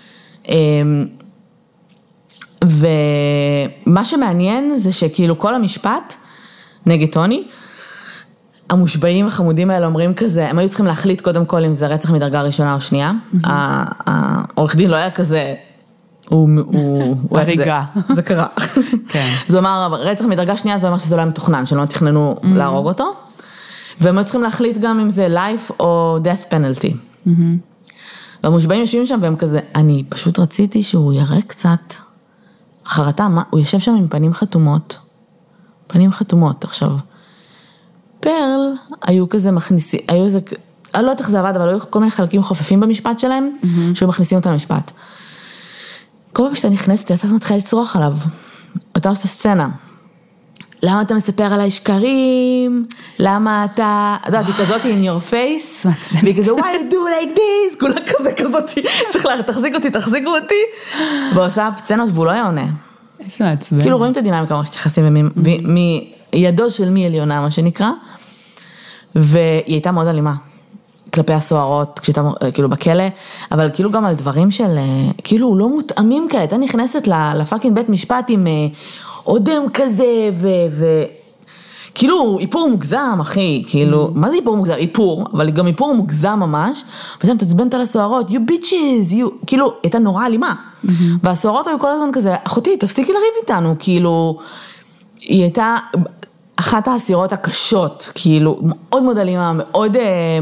ומה שמעניין זה שכאילו כל המשפט נגד טוני, המושבעים החמודים האלה אומרים כזה, הם היו צריכים להחליט קודם כל אם זה רצח מדרגה ראשונה או שנייה. העורך דין לא היה כזה, הוא, הוא, הוא הריגה. זה, זה קרה. כן. זה אומר, רצח מדרגה שנייה, זה אומר שזה לא היה מתוכנן, שלא תכננו mm-hmm. להרוג אותו. והם צריכים להחליט גם אם זה life או death penalty. Mm-hmm. והמושבעים יושבים שם והם כזה, אני פשוט רציתי שהוא יראה קצת חרטה, מה? הוא יושב שם עם פנים חתומות. פנים חתומות. עכשיו, פרל היו כזה מכניסים, היו איזה, אני לא יודעת איך זה עבד, אבל היו כל מיני חלקים חופפים במשפט שלהם, mm-hmm. שהיו מכניסים אותם למשפט. כל פעם שאתה נכנסת, אתה מתחיל לצרוח עליו. אתה עושה סצנה. למה אתה מספר עליי שקרים? למה אתה... אתה יודעת, היא כזאת in your face, והיא כזה, why you do like this? כולה כזה כזאת, צריך לה, תחזיק אותי, תחזיקו אותי. ועושה סצנות, והוא לא היה עונה. איזה מעצבן. כאילו רואים את הדינמיקה, איך יחסים מידו של מי עליונה, מה שנקרא, והיא הייתה מאוד אלימה. כלפי הסוהרות, כשהייתה כאילו בכלא, אבל כאילו גם על דברים של, כאילו לא מותאמים כאלה, הייתה נכנסת לפאקינג בית משפט עם אודם כזה, וכאילו איפור מוגזם, אחי, כאילו, מה זה איפור מוגזם? איפור, אבל גם איפור מוגזם ממש, ואתה מתעצבנת על הסוהרות, you bitches, you, כאילו, הייתה נורא אלימה, והסוהרות היו כל הזמן כזה, אחותי, תפסיקי לריב איתנו, כאילו, היא הייתה אחת האסירות הקשות, כאילו, מאוד מאוד אלימה, מאוד...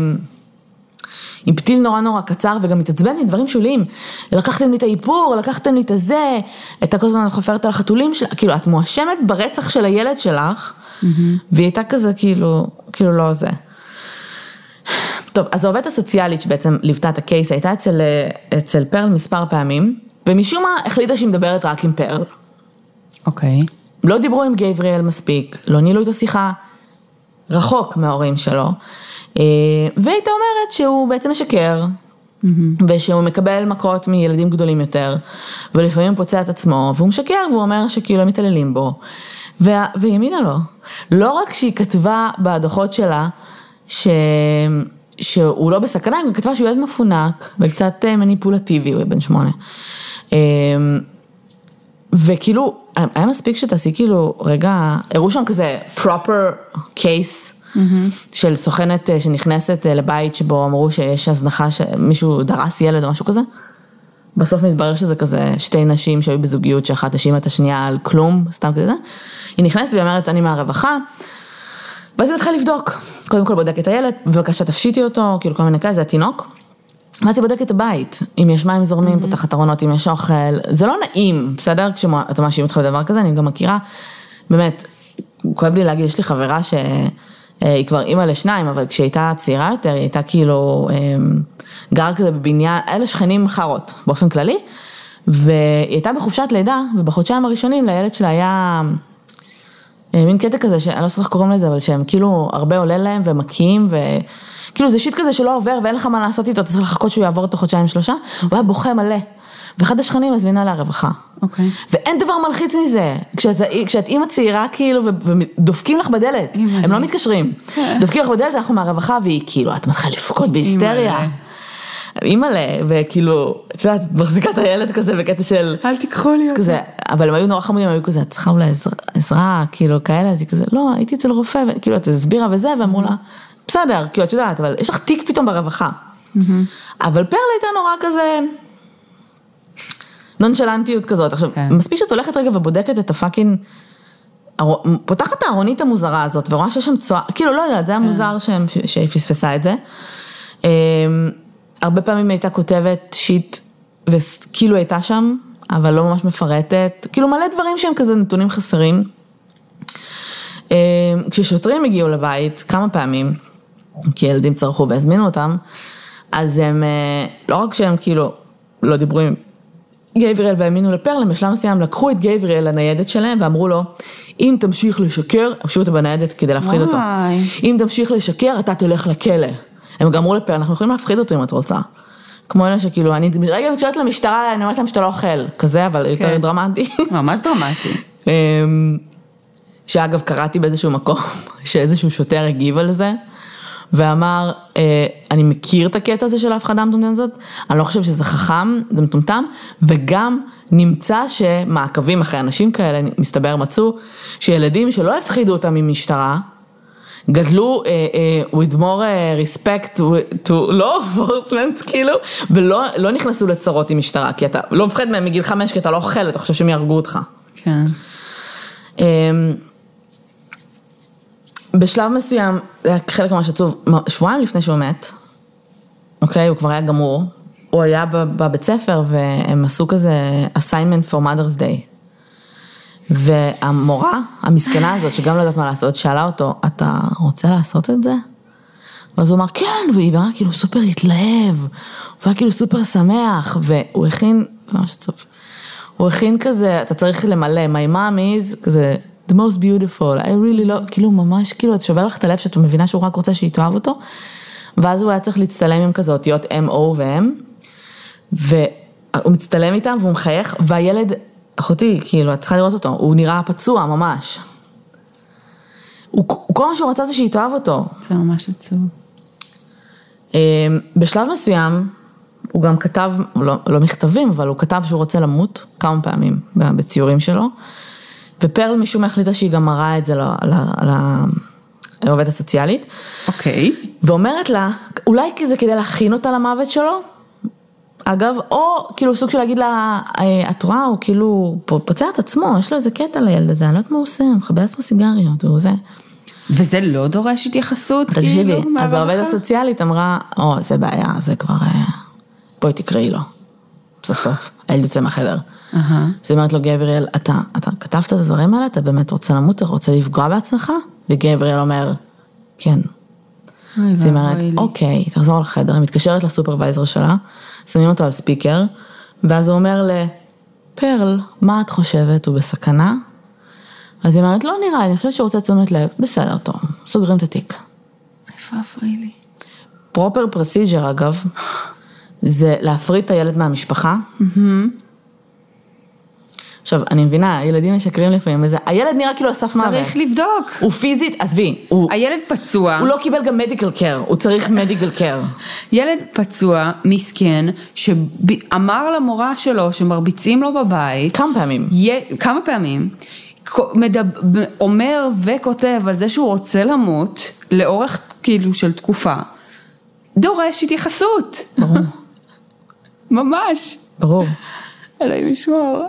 עם פתיל נורא נורא קצר, וגם מתעצבן מדברים שוליים. לקחתם לי את האיפור, לקחתם לי את הזה, את הכל זמן חופרת על החתולים שלה, כאילו, את מואשמת ברצח של הילד שלך, mm-hmm. והיא הייתה כזה, כאילו, כאילו לא זה. טוב, אז העובדת הסוציאלית שבעצם ליוותה את הקייס, הייתה אצל, אצל פרל מספר פעמים, ומשום מה החליטה שהיא מדברת רק עם פרל. אוקיי. Okay. לא דיברו עם גבריאל מספיק, לא ניהלו את השיחה, רחוק מההורים שלו, והייתה אומרת שהוא בעצם משקר, mm-hmm. ושהוא מקבל מכות מילדים גדולים יותר, ולפעמים הוא פוצע את עצמו, והוא משקר, והוא אומר שכאילו הם מתעללים בו, והיא האמינה לו. לא רק שהיא כתבה בדוחות שלה, ש... שהוא לא בסכנה, היא כתבה שהוא ילד מפונק, וקצת מניפולטיבי, הוא בן שמונה. וכאילו, היה מספיק שתעשי כאילו, רגע, הראו שם כזה proper case, של סוכנת שנכנסת לבית שבו אמרו שיש הזנחה שמישהו דרס ילד או משהו כזה. בסוף מתברר שזה כזה שתי נשים שהיו בזוגיות שאחת השאימה את השנייה על כלום, סתם כזה. היא נכנסת והיא אומרת, אני מהרווחה, ואז היא מתחילה לבדוק. קודם כל בודק את הילד, בבקשה תפשיטי אותו, כאילו כל מיני כאלה, זה התינוק. ואז היא בודקת את הבית, אם יש מים זורמים, פותחת ארונות, אם יש אוכל, זה לא נעים, בסדר? כשאתה מאשים אותך בדבר כזה, אני גם מכירה, באמת, כואב לי להגיד, יש לי חברה שהיא כבר אימא לשניים, אבל כשהיא הייתה צעירה יותר, היא הייתה כאילו, גרה כזה בבניין, אלה שכנים חרות, באופן כללי, והיא הייתה בחופשת לידה, ובחודשיים הראשונים לילד שלה היה מין קטע כזה, שאני לא יודעת איך קוראים לזה, אבל שהם כאילו הרבה עולה להם ומקיאים, וכאילו זה שיט כזה שלא עובר ואין לך מה לעשות איתו, אתה צריך לחכות שהוא יעבור אותו חודשיים שלושה, הוא היה בוכה מלא, ואחד השכנים מזמינה להרווחה. אוקיי. ואין דבר מלחיץ מזה, כשאת אימא צעירה כאילו, ודופקים לך בדלת, הם לא מתקשרים, דופקים לך בדלת, אנחנו מהרווחה, והיא כאילו, את מתחילה לפקוד בהיסטריה. אימא'לה, וכאילו, את יודעת, מחזיקה את הילד כזה בקטע של... אל תיקחו לי אותו. כזה, אבל הם היו נורא חמודים, הם היו כזה, את צריכה אולי עזרה, כאילו, כאלה, אז היא כזה, לא, הייתי אצל רופא, וכאילו, את הסבירה וזה, ואמרו לה, בסדר, כאילו, את יודעת, אבל יש לך תיק פתאום ברווחה. אבל פרל הייתה נורא כזה, נונשלנטיות כזאת. עכשיו, מספיק שאת הולכת רגע ובודקת את הפאקינג, פותחת את הארונית המוזרה הזאת, ורואה שיש שם צועה, כאילו, לא יודעת, זה היה מוזר שהיא פספסה את זה. הרבה פעמים הייתה כותבת שיט, וכאילו הייתה שם, אבל לא ממש מפרטת, כאילו מלא דברים שהם כזה נתונים חסרים. כששוטרים הגיעו לבית, כמה פעמים, כי ילדים צרכו והזמינו אותם, אז הם, לא רק שהם כאילו לא דיברו עם גבריאל והאמינו לפרל, בשלב מסוים לקחו את גבריאל לניידת שלהם, ואמרו לו, אם תמשיך לשקר, הושיבו אותו בניידת כדי להפחיד אותו, אם תמשיך לשקר, אתה תלך לכלא. הם גם אמרו לפרל, אנחנו יכולים להפחיד אותו אם את רוצה. כמו אלה שכאילו, אני רגע מקשרת למשטרה, אני אומרת להם שאתה לא אוכל, כזה, אבל יותר דרמטי. ממש דרמטי. שאגב, קראתי באיזשהו מקום, שאיזשהו שוטר הגיב על זה, ואמר, אני מכיר את הקטע הזה של ההפחדה המטומטמת הזאת, אני לא חושב שזה חכם, זה מטומטם, וגם נמצא שמעקבים אחרי אנשים כאלה, מסתבר מצאו, שילדים שלא הפחידו אותם ממשטרה, גדלו uh, uh, with more uh, respect to law enforcement, כאילו, ולא לא נכנסו לצרות עם משטרה, כי אתה לא מפחד מהם מגיל חמש, כי אתה לא אוכל, אתה חושב שהם יהרגו אותך. כן. Um, בשלב מסוים, זה היה חלק ממש עצוב, שבועיים לפני שהוא מת, אוקיי, הוא כבר היה גמור, הוא היה בבית ספר, והם עשו כזה assignment for Mother's Day, והמורה, המסכנה הזאת, שגם לא יודעת מה לעשות, שאלה אותו, אתה רוצה לעשות את זה? ואז הוא אמר, כן, והיא אמרה, כאילו, סופר התלהב, הוא היה כאילו סופר שמח, והוא הכין, זה ממש עצוב, הוא הכין כזה, אתה צריך למלא, my mom is, כזה, the most beautiful, I really love, כאילו, ממש, כאילו, את שובר לך את הלב, שאת מבינה שהוא רק רוצה שהיא תאהב אותו, ואז הוא היה צריך להצטלם עם כזה אותיות M, O ו-M, והוא מצטלם איתם, והוא מחייך, והילד, אחותי, כאילו, את צריכה לראות אותו, הוא נראה פצוע ממש. הוא, כל מה שהוא רצה זה שהיא תאהב אותו. זה ממש עצוב. בשלב מסוים, הוא גם כתב, לא, לא מכתבים, אבל הוא כתב שהוא רוצה למות כמה פעמים בציורים שלו, ופרל משום מה החליטה שהיא גם מראה את זה לעובדת הסוציאלית. אוקיי. ואומרת לה, אולי זה כדי להכין אותה למוות שלו, אגב, או כאילו סוג של להגיד לה, את רואה, הוא כאילו פוצע את עצמו, יש לו איזה קטע לילד הזה, אני לא יודעת מה הוא עושה, מחבא עצמו סיגריות, הוא זה. וזה לא דורש התייחסות? תקשיבי, אז העובדת הסוציאלית אמרה, או, זה בעיה, זה כבר, בואי תקראי לו, בסוף סוף, הילד יוצא מהחדר. אז היא אומרת לו, גבריאל, אתה, אתה כתבת את הדברים האלה, אתה באמת רוצה למות, אתה רוצה לפגוע בעצמך? וגבריאל אומר, כן. אז היא אומרת, אוקיי, תחזור לחדר, היא מתקשרת לסופרוויזר שלה, שמים אותו על ספיקר, ואז הוא אומר לפרל, מה את חושבת? הוא בסכנה? אז היא אומרת, לא נראה, אני חושבת שהוא רוצה תשומת לב, בסדר, טוב, סוגרים את התיק. איפה אפרי לי? פרופר פרוסיג'ר, אגב, זה להפריד את הילד מהמשפחה. עכשיו, אני מבינה, הילדים משקרים לפעמים, הילד נראה כאילו אסף מוות. צריך לבדוק. הוא פיזית, עזבי. הילד פצוע. הוא לא קיבל גם מדיקל קר, הוא צריך מדיקל קר. ילד פצוע, מסכן, שאמר למורה שלו שמרביצים לו בבית. כמה פעמים. כמה פעמים. מדבר, אומר וכותב על זה שהוא רוצה למות, לאורך כאילו של תקופה, דורש התייחסות. ברור. ממש. ברור. אלוהים ישמור.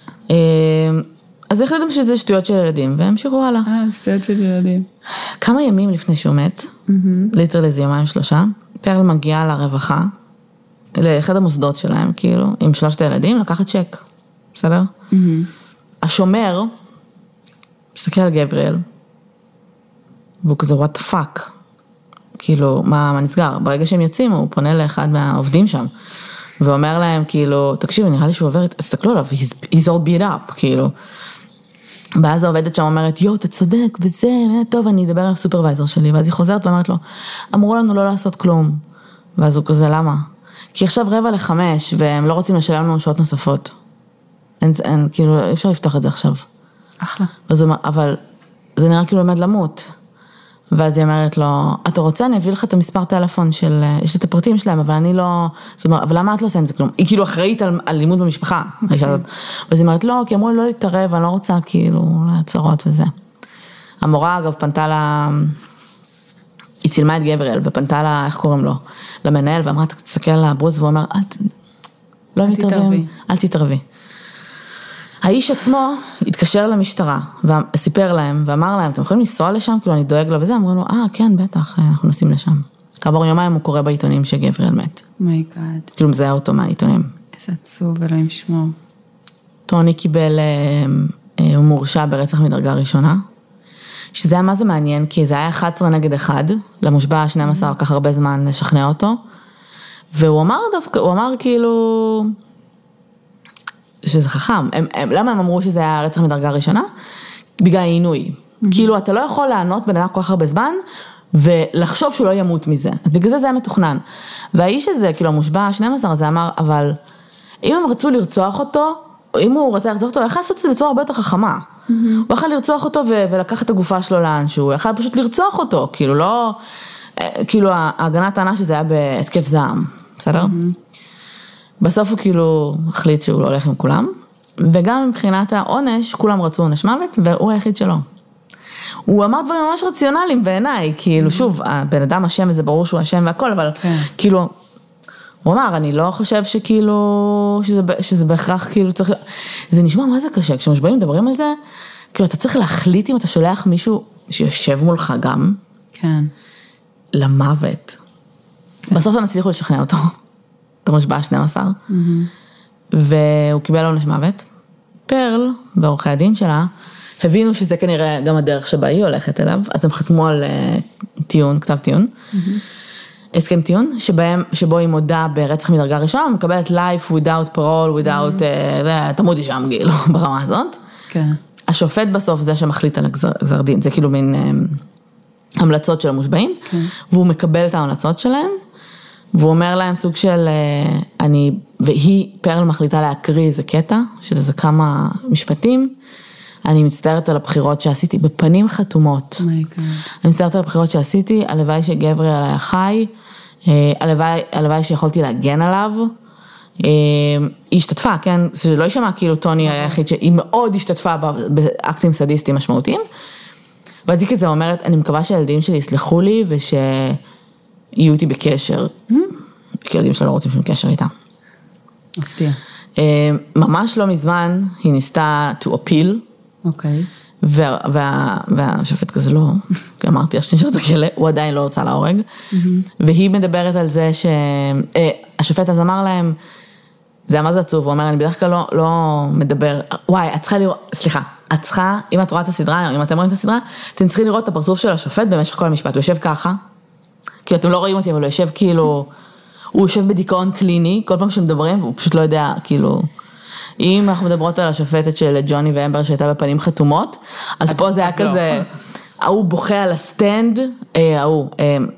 אז החלטתם שזה שטויות של ילדים, והמשיכו הלאה. אה, שטויות של ילדים. כמה ימים לפני שהוא מת, ליטר לזה יומיים שלושה, פרל מגיעה לרווחה, לאחד המוסדות שלהם, כאילו, עם שלושת הילדים, לקחת צ'ק. בסדר? השומר, מסתכל על גבריאל, והוא כזה, what the fuck? כאילו, מה, מה נסגר? ברגע שהם יוצאים, הוא פונה לאחד מהעובדים שם, ואומר להם, כאילו, תקשיב, נראה לי שהוא עובר, תסתכלו עליו, he's, he's all beat up, כאילו. ואז העובדת שם אומרת, יו, אתה צודק, וזה, טוב, אני אדבר עם הסופרוויזר שלי, ואז היא חוזרת ואומרת לו, אמרו לנו לא לעשות כלום. ואז הוא כזה, למה? כי עכשיו רבע לחמש, והם לא רוצים לשלם לנו שעות נוספות. אין, אין, כאילו, אי אפשר לפתוח את זה עכשיו. אחלה. ואז הוא אומר, אבל זה נראה כאילו עומד למות. ואז היא אומרת לו, אתה רוצה, אני אביא לך את המספר טלפון של, יש לי את הפרטים שלהם, אבל אני לא, זאת אומרת, אבל למה את לא עושה עם זה כלום? היא כאילו אחראית על, על לימוד במשפחה. ואז היא אומרת, לא, כי אמרו לי לא להתערב, אני לא רוצה כאילו להצהרות וזה. המורה אגב פנתה לה, היא צילמה את גבריאל, ופנתה לה, איך קוראים לו? למנהל, ואמרה, תסתכל על הברוס, והוא אומר, לא מתערבים, אל תתערבי. האיש עצמו התקשר למשטרה, וסיפר להם, ואמר להם, אתם יכולים לנסוע לשם? כאילו אני דואג לו וזה, אמרו לו, אה, כן, בטח, אנחנו נוסעים לשם. כעבור יומיים הוא קורא בעיתונים שגבריאל מת. מייגאד. כאילו מזהה אותו מהעיתונים. איזה עצוב, אלוהים שמור. טוני קיבל, הוא מורשע ברצח מדרגה ראשונה, שזה היה מה זה מעניין, כי זה היה אחת עשרה נגד אחד, למושבע ה-שנים עשר לקח הרבה זמן לשכנע אותו, והוא אמר דווקא, הוא אמר כאילו, שזה חכם, הם, הם, למה הם אמרו שזה היה רצח מדרגה ראשונה? בגלל העינוי, mm-hmm. כאילו אתה לא יכול לענות בן אדם כל כך הרבה זמן, ולחשוב שהוא לא ימות מזה, אז בגלל זה זה היה מתוכנן, והאיש הזה, כאילו המושבע ה-שנים עשר הזה אמר, אבל אם הם רצו לרצוח אותו, אם הוא רצה לרצוח אותו, הוא יכול לעשות את זה בצורה הרבה יותר חכמה, mm-hmm. הוא יכול לרצוח אותו ו- ולקחת את הגופה שלו לאנשהו, הוא יכול פשוט לרצוח אותו, כאילו לא, כאילו ההגנה טענה שזה היה בהתקף זעם, בסדר? Mm-hmm. בסוף הוא כאילו החליט שהוא לא הולך עם כולם, וגם מבחינת העונש, כולם רצו עונש מוות, והוא היחיד שלו. הוא אמר דברים ממש רציונליים בעיניי, כאילו שוב, הבן אדם אשם וזה ברור שהוא אשם והכל, אבל כאילו, הוא אמר, אני לא חושב שכאילו, שזה, שזה בהכרח כאילו צריך, זה נשמע מה זה קשה, כשמשברים מדברים על זה, כאילו אתה צריך להחליט אם אתה שולח מישהו שיושב מולך גם, כן. למוות. כן. בסוף הם הצליחו לשכנע אותו, במושבע ה-שנים עשר, mm-hmm. והוא קיבל עונש מוות, פרל ועורכי הדין שלה, הבינו שזה כנראה גם הדרך שבה היא הולכת אליו, אז הם חתמו על טיעון, כתב טיעון, mm-hmm. הסכם טיעון, שבהם, שבו היא מודה ברצח מדרגה ראשונה, מקבלת life without parole, without, mm-hmm. uh, תמודי שם כאילו, ברמה הזאת. כן. השופט בסוף זה שמחליט על הגזר דין, זה כאילו מין um, המלצות של המושבעים, כן. והוא מקבל את ההמלצות שלהם, והוא אומר להם סוג של, uh, אני, והיא, פרל מחליטה להקריא איזה קטע, של איזה כמה משפטים, אני מצטערת על הבחירות שעשיתי, בפנים חתומות. Oh אני מצטערת על הבחירות שעשיתי, הלוואי שגבריאל היה חי, הלוואי, הלוואי שיכולתי להגן עליו, היא השתתפה, כן, זה לא יישמע כאילו טוני היה היחיד שהיא מאוד השתתפה באקטים סדיסטיים משמעותיים, ואז היא כזה אומרת, אני מקווה שהילדים שלי יסלחו לי, ושיהיו איתי בקשר, כי ילדים שלה לא רוצים שום קשר איתה. מפתיע. ממש לא מזמן, היא ניסתה to appeal, אוקיי. וה, וה, והשופט כזה לא, כי אמרתי, יש נשאר את הכלא, הוא עדיין לא הוצא להורג, והיא מדברת על זה שהשופט אז אמר להם, זה מה זה עצוב, הוא אומר, אני בדרך כלל לא, לא מדבר, וואי, את צריכה לראות, סליחה, את צריכה, אם את רואה את הסדרה, אם אתם רואים את הסדרה, אתם צריכים לראות את הפרצוף של השופט במשך כל המשפט, הוא יושב ככה, כאילו אתם לא רואים אותי, אבל הוא יושב כאילו, הוא יושב בדיכאון קליני, כל פעם שמדברים, והוא פשוט לא יודע, כאילו, אם אנחנו מדברות על השופטת של ג'וני ואמבר שהייתה בפנים חתומות, אז פה זה היה כזה, הוא בוכה על הסטנד, הוא,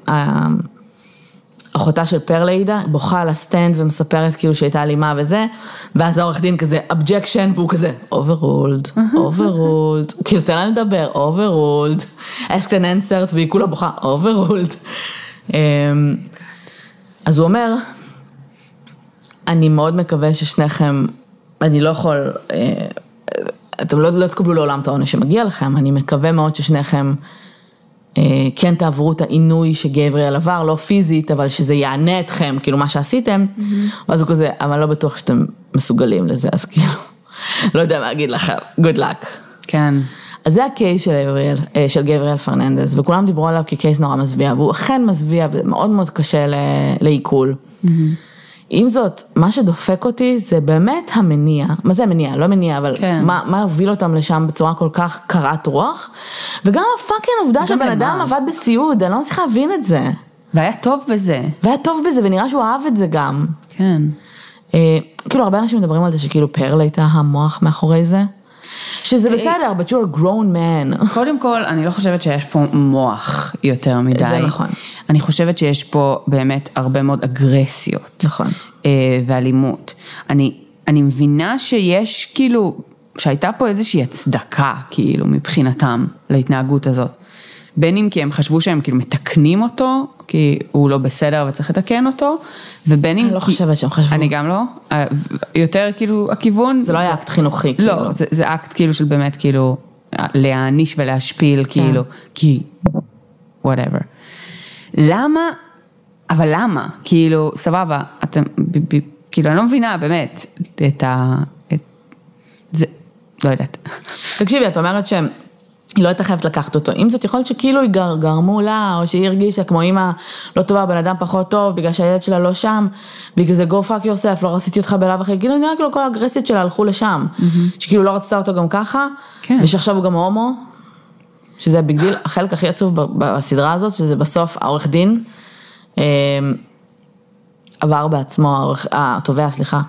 אחותה של פרלידה, בוכה על הסטנד ומספרת כאילו שהייתה אלימה וזה, ואז העורך דין כזה, objection, והוא כזה, overruled, overruled, כאילו תן לה לדבר, overruled, asked an answer, והיא כולה בוכה, overruled. אז הוא אומר, אני מאוד מקווה ששניכם, אני לא יכול, אתם לא, לא תקבלו לעולם את העונש שמגיע לכם, אני מקווה מאוד ששניכם אה, כן תעברו את העינוי שגבריאל עבר, לא פיזית, אבל שזה יענה אתכם, כאילו מה שעשיתם, mm-hmm. ואז הוא כזה, אבל לא בטוח שאתם מסוגלים לזה, אז כאילו, לא יודע מה להגיד לכם, good luck. כן. אז זה הקייס של גבריאל, של גבריאל פרננדז, וכולם דיברו עליו כקייס נורא מזוויע, והוא אכן מזוויע, ומאוד מאוד קשה לעיכול. Mm-hmm. עם זאת, מה שדופק אותי זה באמת המניע, מה זה המניע? לא מניע, אבל כן. מה, מה הוביל אותם לשם בצורה כל כך קרת רוח, וגם הפאקינג עובדה שבן אדם עבד בסיוד, אני לא מצליחה להבין את זה. והיה טוב בזה. והיה טוב בזה, ונראה שהוא אהב את זה גם. כן. אה, כאילו, הרבה אנשים מדברים על זה שכאילו פרל הייתה המוח מאחורי זה. שזה בסדר, but you're a grown man. קודם כל, אני לא חושבת שיש פה מוח יותר מדי. זה נכון. אני חושבת שיש פה באמת הרבה מאוד אגרסיות. נכון. ואלימות. אני, אני מבינה שיש כאילו, שהייתה פה איזושהי הצדקה, כאילו, מבחינתם, להתנהגות הזאת. בין אם כי הם חשבו שהם כאילו מתקנים אותו, כי הוא לא בסדר וצריך לתקן אותו, ובין אם... אני לא חושבת שהם חשבו. אני גם לא. יותר כאילו, הכיוון... זה לא היה אקט חינוכי, כאילו. לא, זה, זה אקט כאילו של באמת כאילו, להעניש ולהשפיל, כאילו, כי... whatever. למה... אבל למה? כאילו, סבבה, אתם... ב, ב, כאילו, אני לא מבינה באמת את ה... את, זה... לא יודעת. תקשיבי, את אומרת שהם... היא לא הייתה חייבת לקחת אותו. אם זאת יכול להיות שכאילו היא גר, גרמו לה, או שהיא הרגישה כמו אמא לא טובה, בן אדם פחות טוב, בגלל שהילד שלה לא שם, בגלל זה go fuck yourself, לא רציתי אותך בלב אחרי, כאילו נראה כאילו כל האגרסיות שלה הלכו לשם, mm-hmm. שכאילו לא רצתה אותו גם ככה, כן. ושעכשיו הוא גם הומו, שזה בגדיל, החלק הכי עצוב בסדרה הזאת, שזה בסוף העורך דין, עבר בעצמו, התובע, סליחה,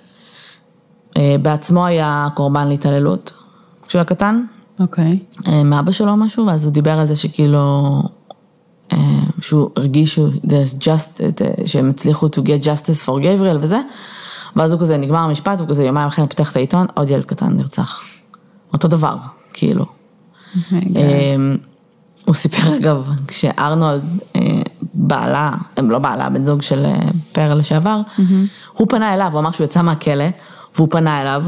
בעצמו היה קורבן להתעללות, כשהוא היה קטן, אוקיי. מאבא שלו משהו, ואז הוא דיבר על זה שכאילו, שהוא הרגיש שהם הצליחו to get justice for Gabriel וזה, ואז הוא כזה נגמר המשפט, הוא כזה יומיים אחרי פתח את העיתון, עוד ילד קטן נרצח. אותו דבר, כאילו. הוא סיפר אגב, כשארנולד בעלה, לא בעלה, בן זוג של פרל לשעבר, הוא פנה אליו, הוא אמר שהוא יצא מהכלא, והוא פנה אליו,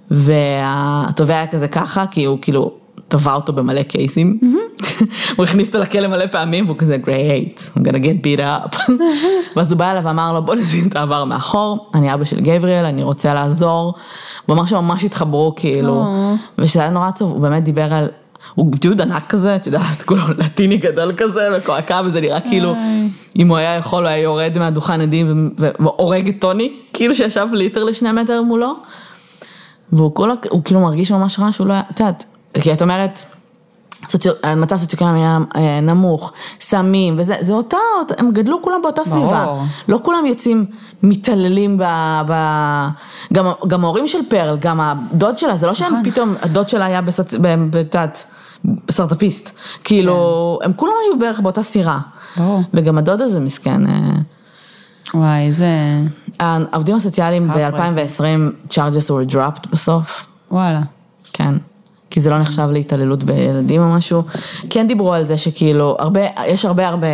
והתובע היה כזה ככה, כי הוא כאילו תבע אותו במלא קייסים, הוא הכניס אותו לכלא מלא פעמים, והוא כזה, great, I'm gonna get beat up. ואז הוא בא אליו ואמר לו, בוא נשים את העבר מאחור, אני אבא של גבריאל, אני רוצה לעזור, הוא אמר שממש התחברו כאילו, ושזה היה נורא טוב, הוא באמת דיבר על, הוא ג'וד ענק כזה, את יודעת, כולו לטיני גדול כזה, וקועקה, וזה נראה כאילו, אם הוא היה יכול, הוא היה יורד מהדוכן עדים, והורג את טוני, כאילו שישב ליטר לשני מטר מולו, והוא כל, הוא כאילו מרגיש ממש רע שהוא לא היה, את יודעת, כי את אומרת, מצב סוציו-אקונומי היה נמוך, סמים, וזה, זה אותה, הם גדלו כולם באותה סביבה. לא כולם יוצאים מתעללים ב... ב גם, גם ההורים של פרל, גם הדוד שלה, זה לא שהם פתאום, הדוד שלה היה בסוצ... בתת, בסרטפיסט. כאילו, הם כולם היו בערך באותה סירה. וגם הדוד הזה מסכן. וואי, זה... העובדים הסוציאליים ב-אלפיים ועשרים, charges were dropped בסוף. וואלה. כן. כי זה לא נחשב להתעללות בילדים או משהו. כן דיברו על זה שכאילו, הרבה, יש הרבה הרבה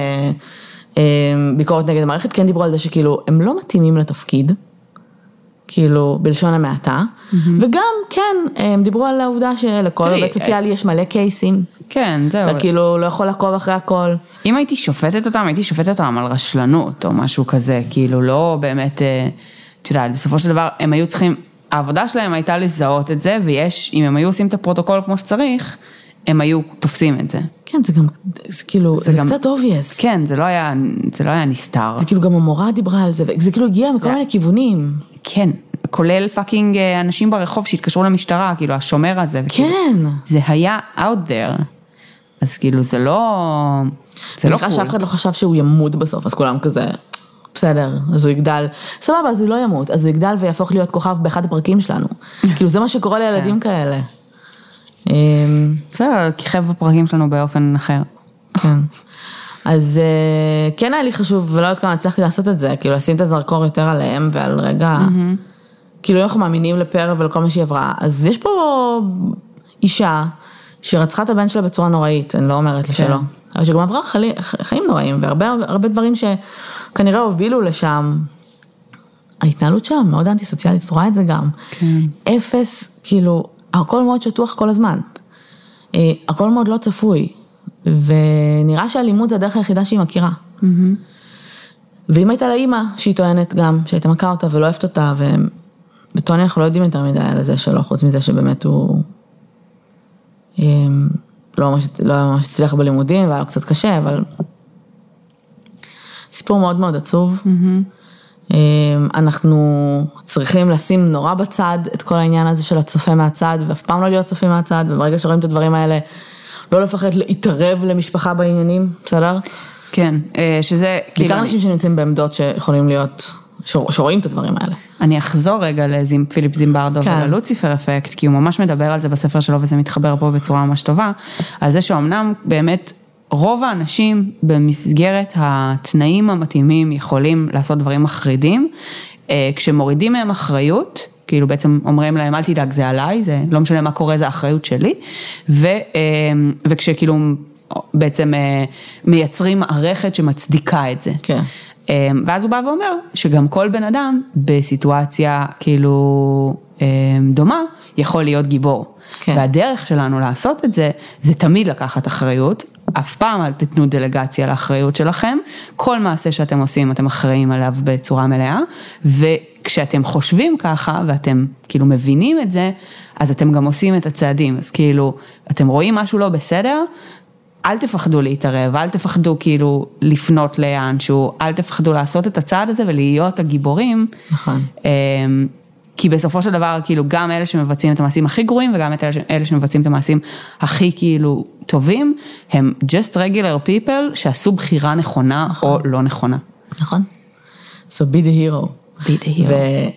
ביקורת נגד המערכת, כן דיברו על זה שכאילו, הם לא מתאימים לתפקיד, כאילו, בלשון המעטה, וגם, כן, הם דיברו על העובדה שלכל עובד סוציאלי יש מלא קייסים. כן, זהו. אתה כאילו לא יכול לעקוב אחרי הכל. אם הייתי שופטת אותם, הייתי שופטת אותם על רשלנות או משהו כזה, כאילו לא באמת, אתה יודע, בסופו של דבר הם היו צריכים, העבודה שלהם הייתה לזהות את זה, ויש, אם הם היו עושים את הפרוטוקול כמו שצריך, הם היו תופסים את זה. כן, זה גם, זה כאילו, זה, זה גם, קצת obvious. כן, זה לא היה, זה לא היה נסתר. זה כאילו גם המורה דיברה על זה, זה כאילו הגיע מכל מיני כיוונים. כן, כולל פאקינג אנשים ברחוב שהתקשרו למשטרה, כאילו השומר הזה. כן. זה היה out there. אז כאילו זה לא, זה לא קול. שאף אחד לא חשב שהוא ימות בסוף, אז כולם כזה, בסדר, אז הוא יגדל, סבבה, אז הוא לא ימות, אז הוא יגדל ויהפוך להיות כוכב באחד הפרקים שלנו. כאילו זה מה שקורה לילדים כאלה. בסדר, כיכב בפרקים שלנו באופן אחר. כן. אז כן היה לי חשוב, ולא יודעת כמה הצלחתי לעשות את זה, כאילו לשים את הזרקור יותר עליהם, ועל רגע, כאילו אנחנו מאמינים לפרל ולכל מה שהיא עברה, אז יש פה אישה, שרצחה את הבן שלה בצורה נוראית, אני לא אומרת לשלו, אבל שגם עברה חיים נוראים, והרבה דברים שכנראה הובילו לשם, ההתנהלות שלה מאוד אנטי-סוציאלית, את רואה את זה גם, אפס, כאילו, הכל מאוד שטוח כל הזמן. הכל מאוד לא צפוי, ונראה שהאלימות זה הדרך היחידה שהיא מכירה. Mm-hmm. ואם הייתה לה אימא שהיא טוענת גם, שהייתה מכה אותה ולא אוהבת אותה, ו... וטוני אנחנו לא יודעים יותר מדי על זה שלו, חוץ מזה שבאמת הוא לא ממש, לא ממש הצליח בלימודים, והיה לו קצת קשה, אבל סיפור מאוד מאוד עצוב. Mm-hmm. אנחנו צריכים לשים נורא בצד את כל העניין הזה של הצופה מהצד, ואף פעם לא להיות צופים מהצד, וברגע שרואים את הדברים האלה, לא לפחד להתערב למשפחה בעניינים, בסדר? כן, שזה... בעיקר אנשים שנמצאים בעמדות שיכולים להיות, שרואים את הדברים האלה. אני אחזור רגע לפיליפ זימברדו כן. וללוציפר אפקט, כי הוא ממש מדבר על זה בספר שלו, וזה מתחבר פה בצורה ממש טובה, על זה שאומנם באמת רוב האנשים במסגרת התנאים המתאימים יכולים לעשות דברים מחרידים, כשמורידים מהם אחריות, כאילו בעצם אומרים להם אל תדאג זה עליי, זה לא משנה מה קורה, זה האחריות שלי, ו, וכשכאילו בעצם מייצרים מערכת שמצדיקה את זה. כן. ואז הוא בא ואומר שגם כל בן אדם בסיטואציה כאילו דומה יכול להיות גיבור. כן. והדרך שלנו לעשות את זה, זה תמיד לקחת אחריות, אף פעם אל תתנו דלגציה לאחריות שלכם, כל מעשה שאתם עושים אתם אחראים עליו בצורה מלאה, וכשאתם חושבים ככה ואתם כאילו מבינים את זה, אז אתם גם עושים את הצעדים, אז כאילו אתם רואים משהו לא בסדר, אל תפחדו להתערב, אל תפחדו כאילו לפנות לאנשהו, אל תפחדו לעשות את הצעד הזה ולהיות הגיבורים. נכון. כי בסופו של דבר, כאילו, גם אלה שמבצעים את המעשים הכי גרועים, וגם את אלה שמבצעים את המעשים הכי כאילו טובים, הם just regular people שעשו בחירה נכונה נכון. או לא נכונה. נכון. So be the hero. be the hero.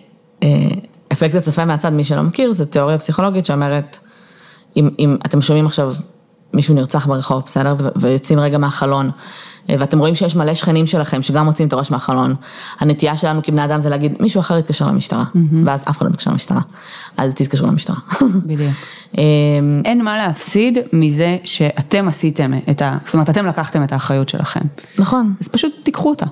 ואפקט הצופה מהצד, מי שלא מכיר, זה תיאוריה פסיכולוגית שאומרת, אם, אם אתם שומעים עכשיו מישהו נרצח ברחוב, בסדר, ויוצאים רגע מהחלון, ואתם רואים שיש מלא שכנים שלכם, שגם מוצאים את הראש מהחלון, הנטייה שלנו כבני אדם זה להגיד, מישהו אחר יתקשר למשטרה, ואז אף אחד לא מתקשר למשטרה, אז תתקשרו למשטרה. בדיוק. אין מה להפסיד מזה שאתם עשיתם את ה... זאת אומרת, אתם לקחתם את האחריות שלכם. נכון. אז פשוט תיקחו אותה.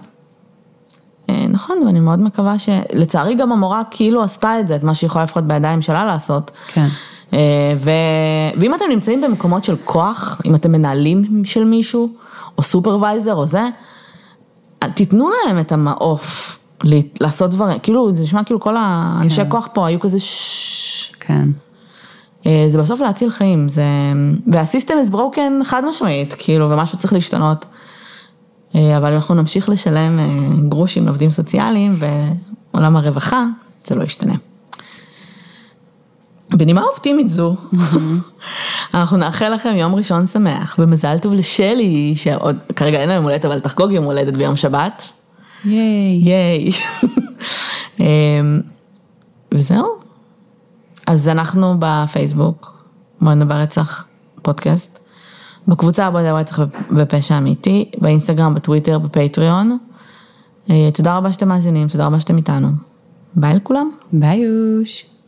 נכון, ואני מאוד מקווה שלצערי גם המורה כאילו עשתה את זה, את מה שהיא יכולה לפחות בידיים שלה לעשות. כן. ו... ואם אתם נמצאים במקומות של כוח, אם אתם מנהלים של מישהו, או סופרוויזר או זה, תיתנו להם את המעוף לעשות דברים, כאילו זה נשמע כאילו כל האנשי כוח פה היו כזה ששש. כן. זה בסוף להציל חיים, זה... והסיסטם is broken חד משמעית, כאילו, ומשהו צריך להשתנות. אבל אנחנו נמשיך לשלם גרושים לעובדים סוציאליים, ועולם הרווחה, זה לא ישתנה. בנימה אופטימית זו, אנחנו נאחל לכם יום ראשון שמח, ומזל טוב לשלי, שעוד, כרגע אין להם הולדת, אבל תחגוג יום הולדת ביום שבת. ייי. ייי. וזהו. אז אנחנו בפייסבוק, מועדון ברצח פודקאסט, בקבוצה מועדון ברצח בפשע אמיתי, באינסטגרם, בטוויטר, בפטריון. תודה רבה שאתם מאזינים, תודה רבה שאתם איתנו. ביי לכולם. ביי יוש.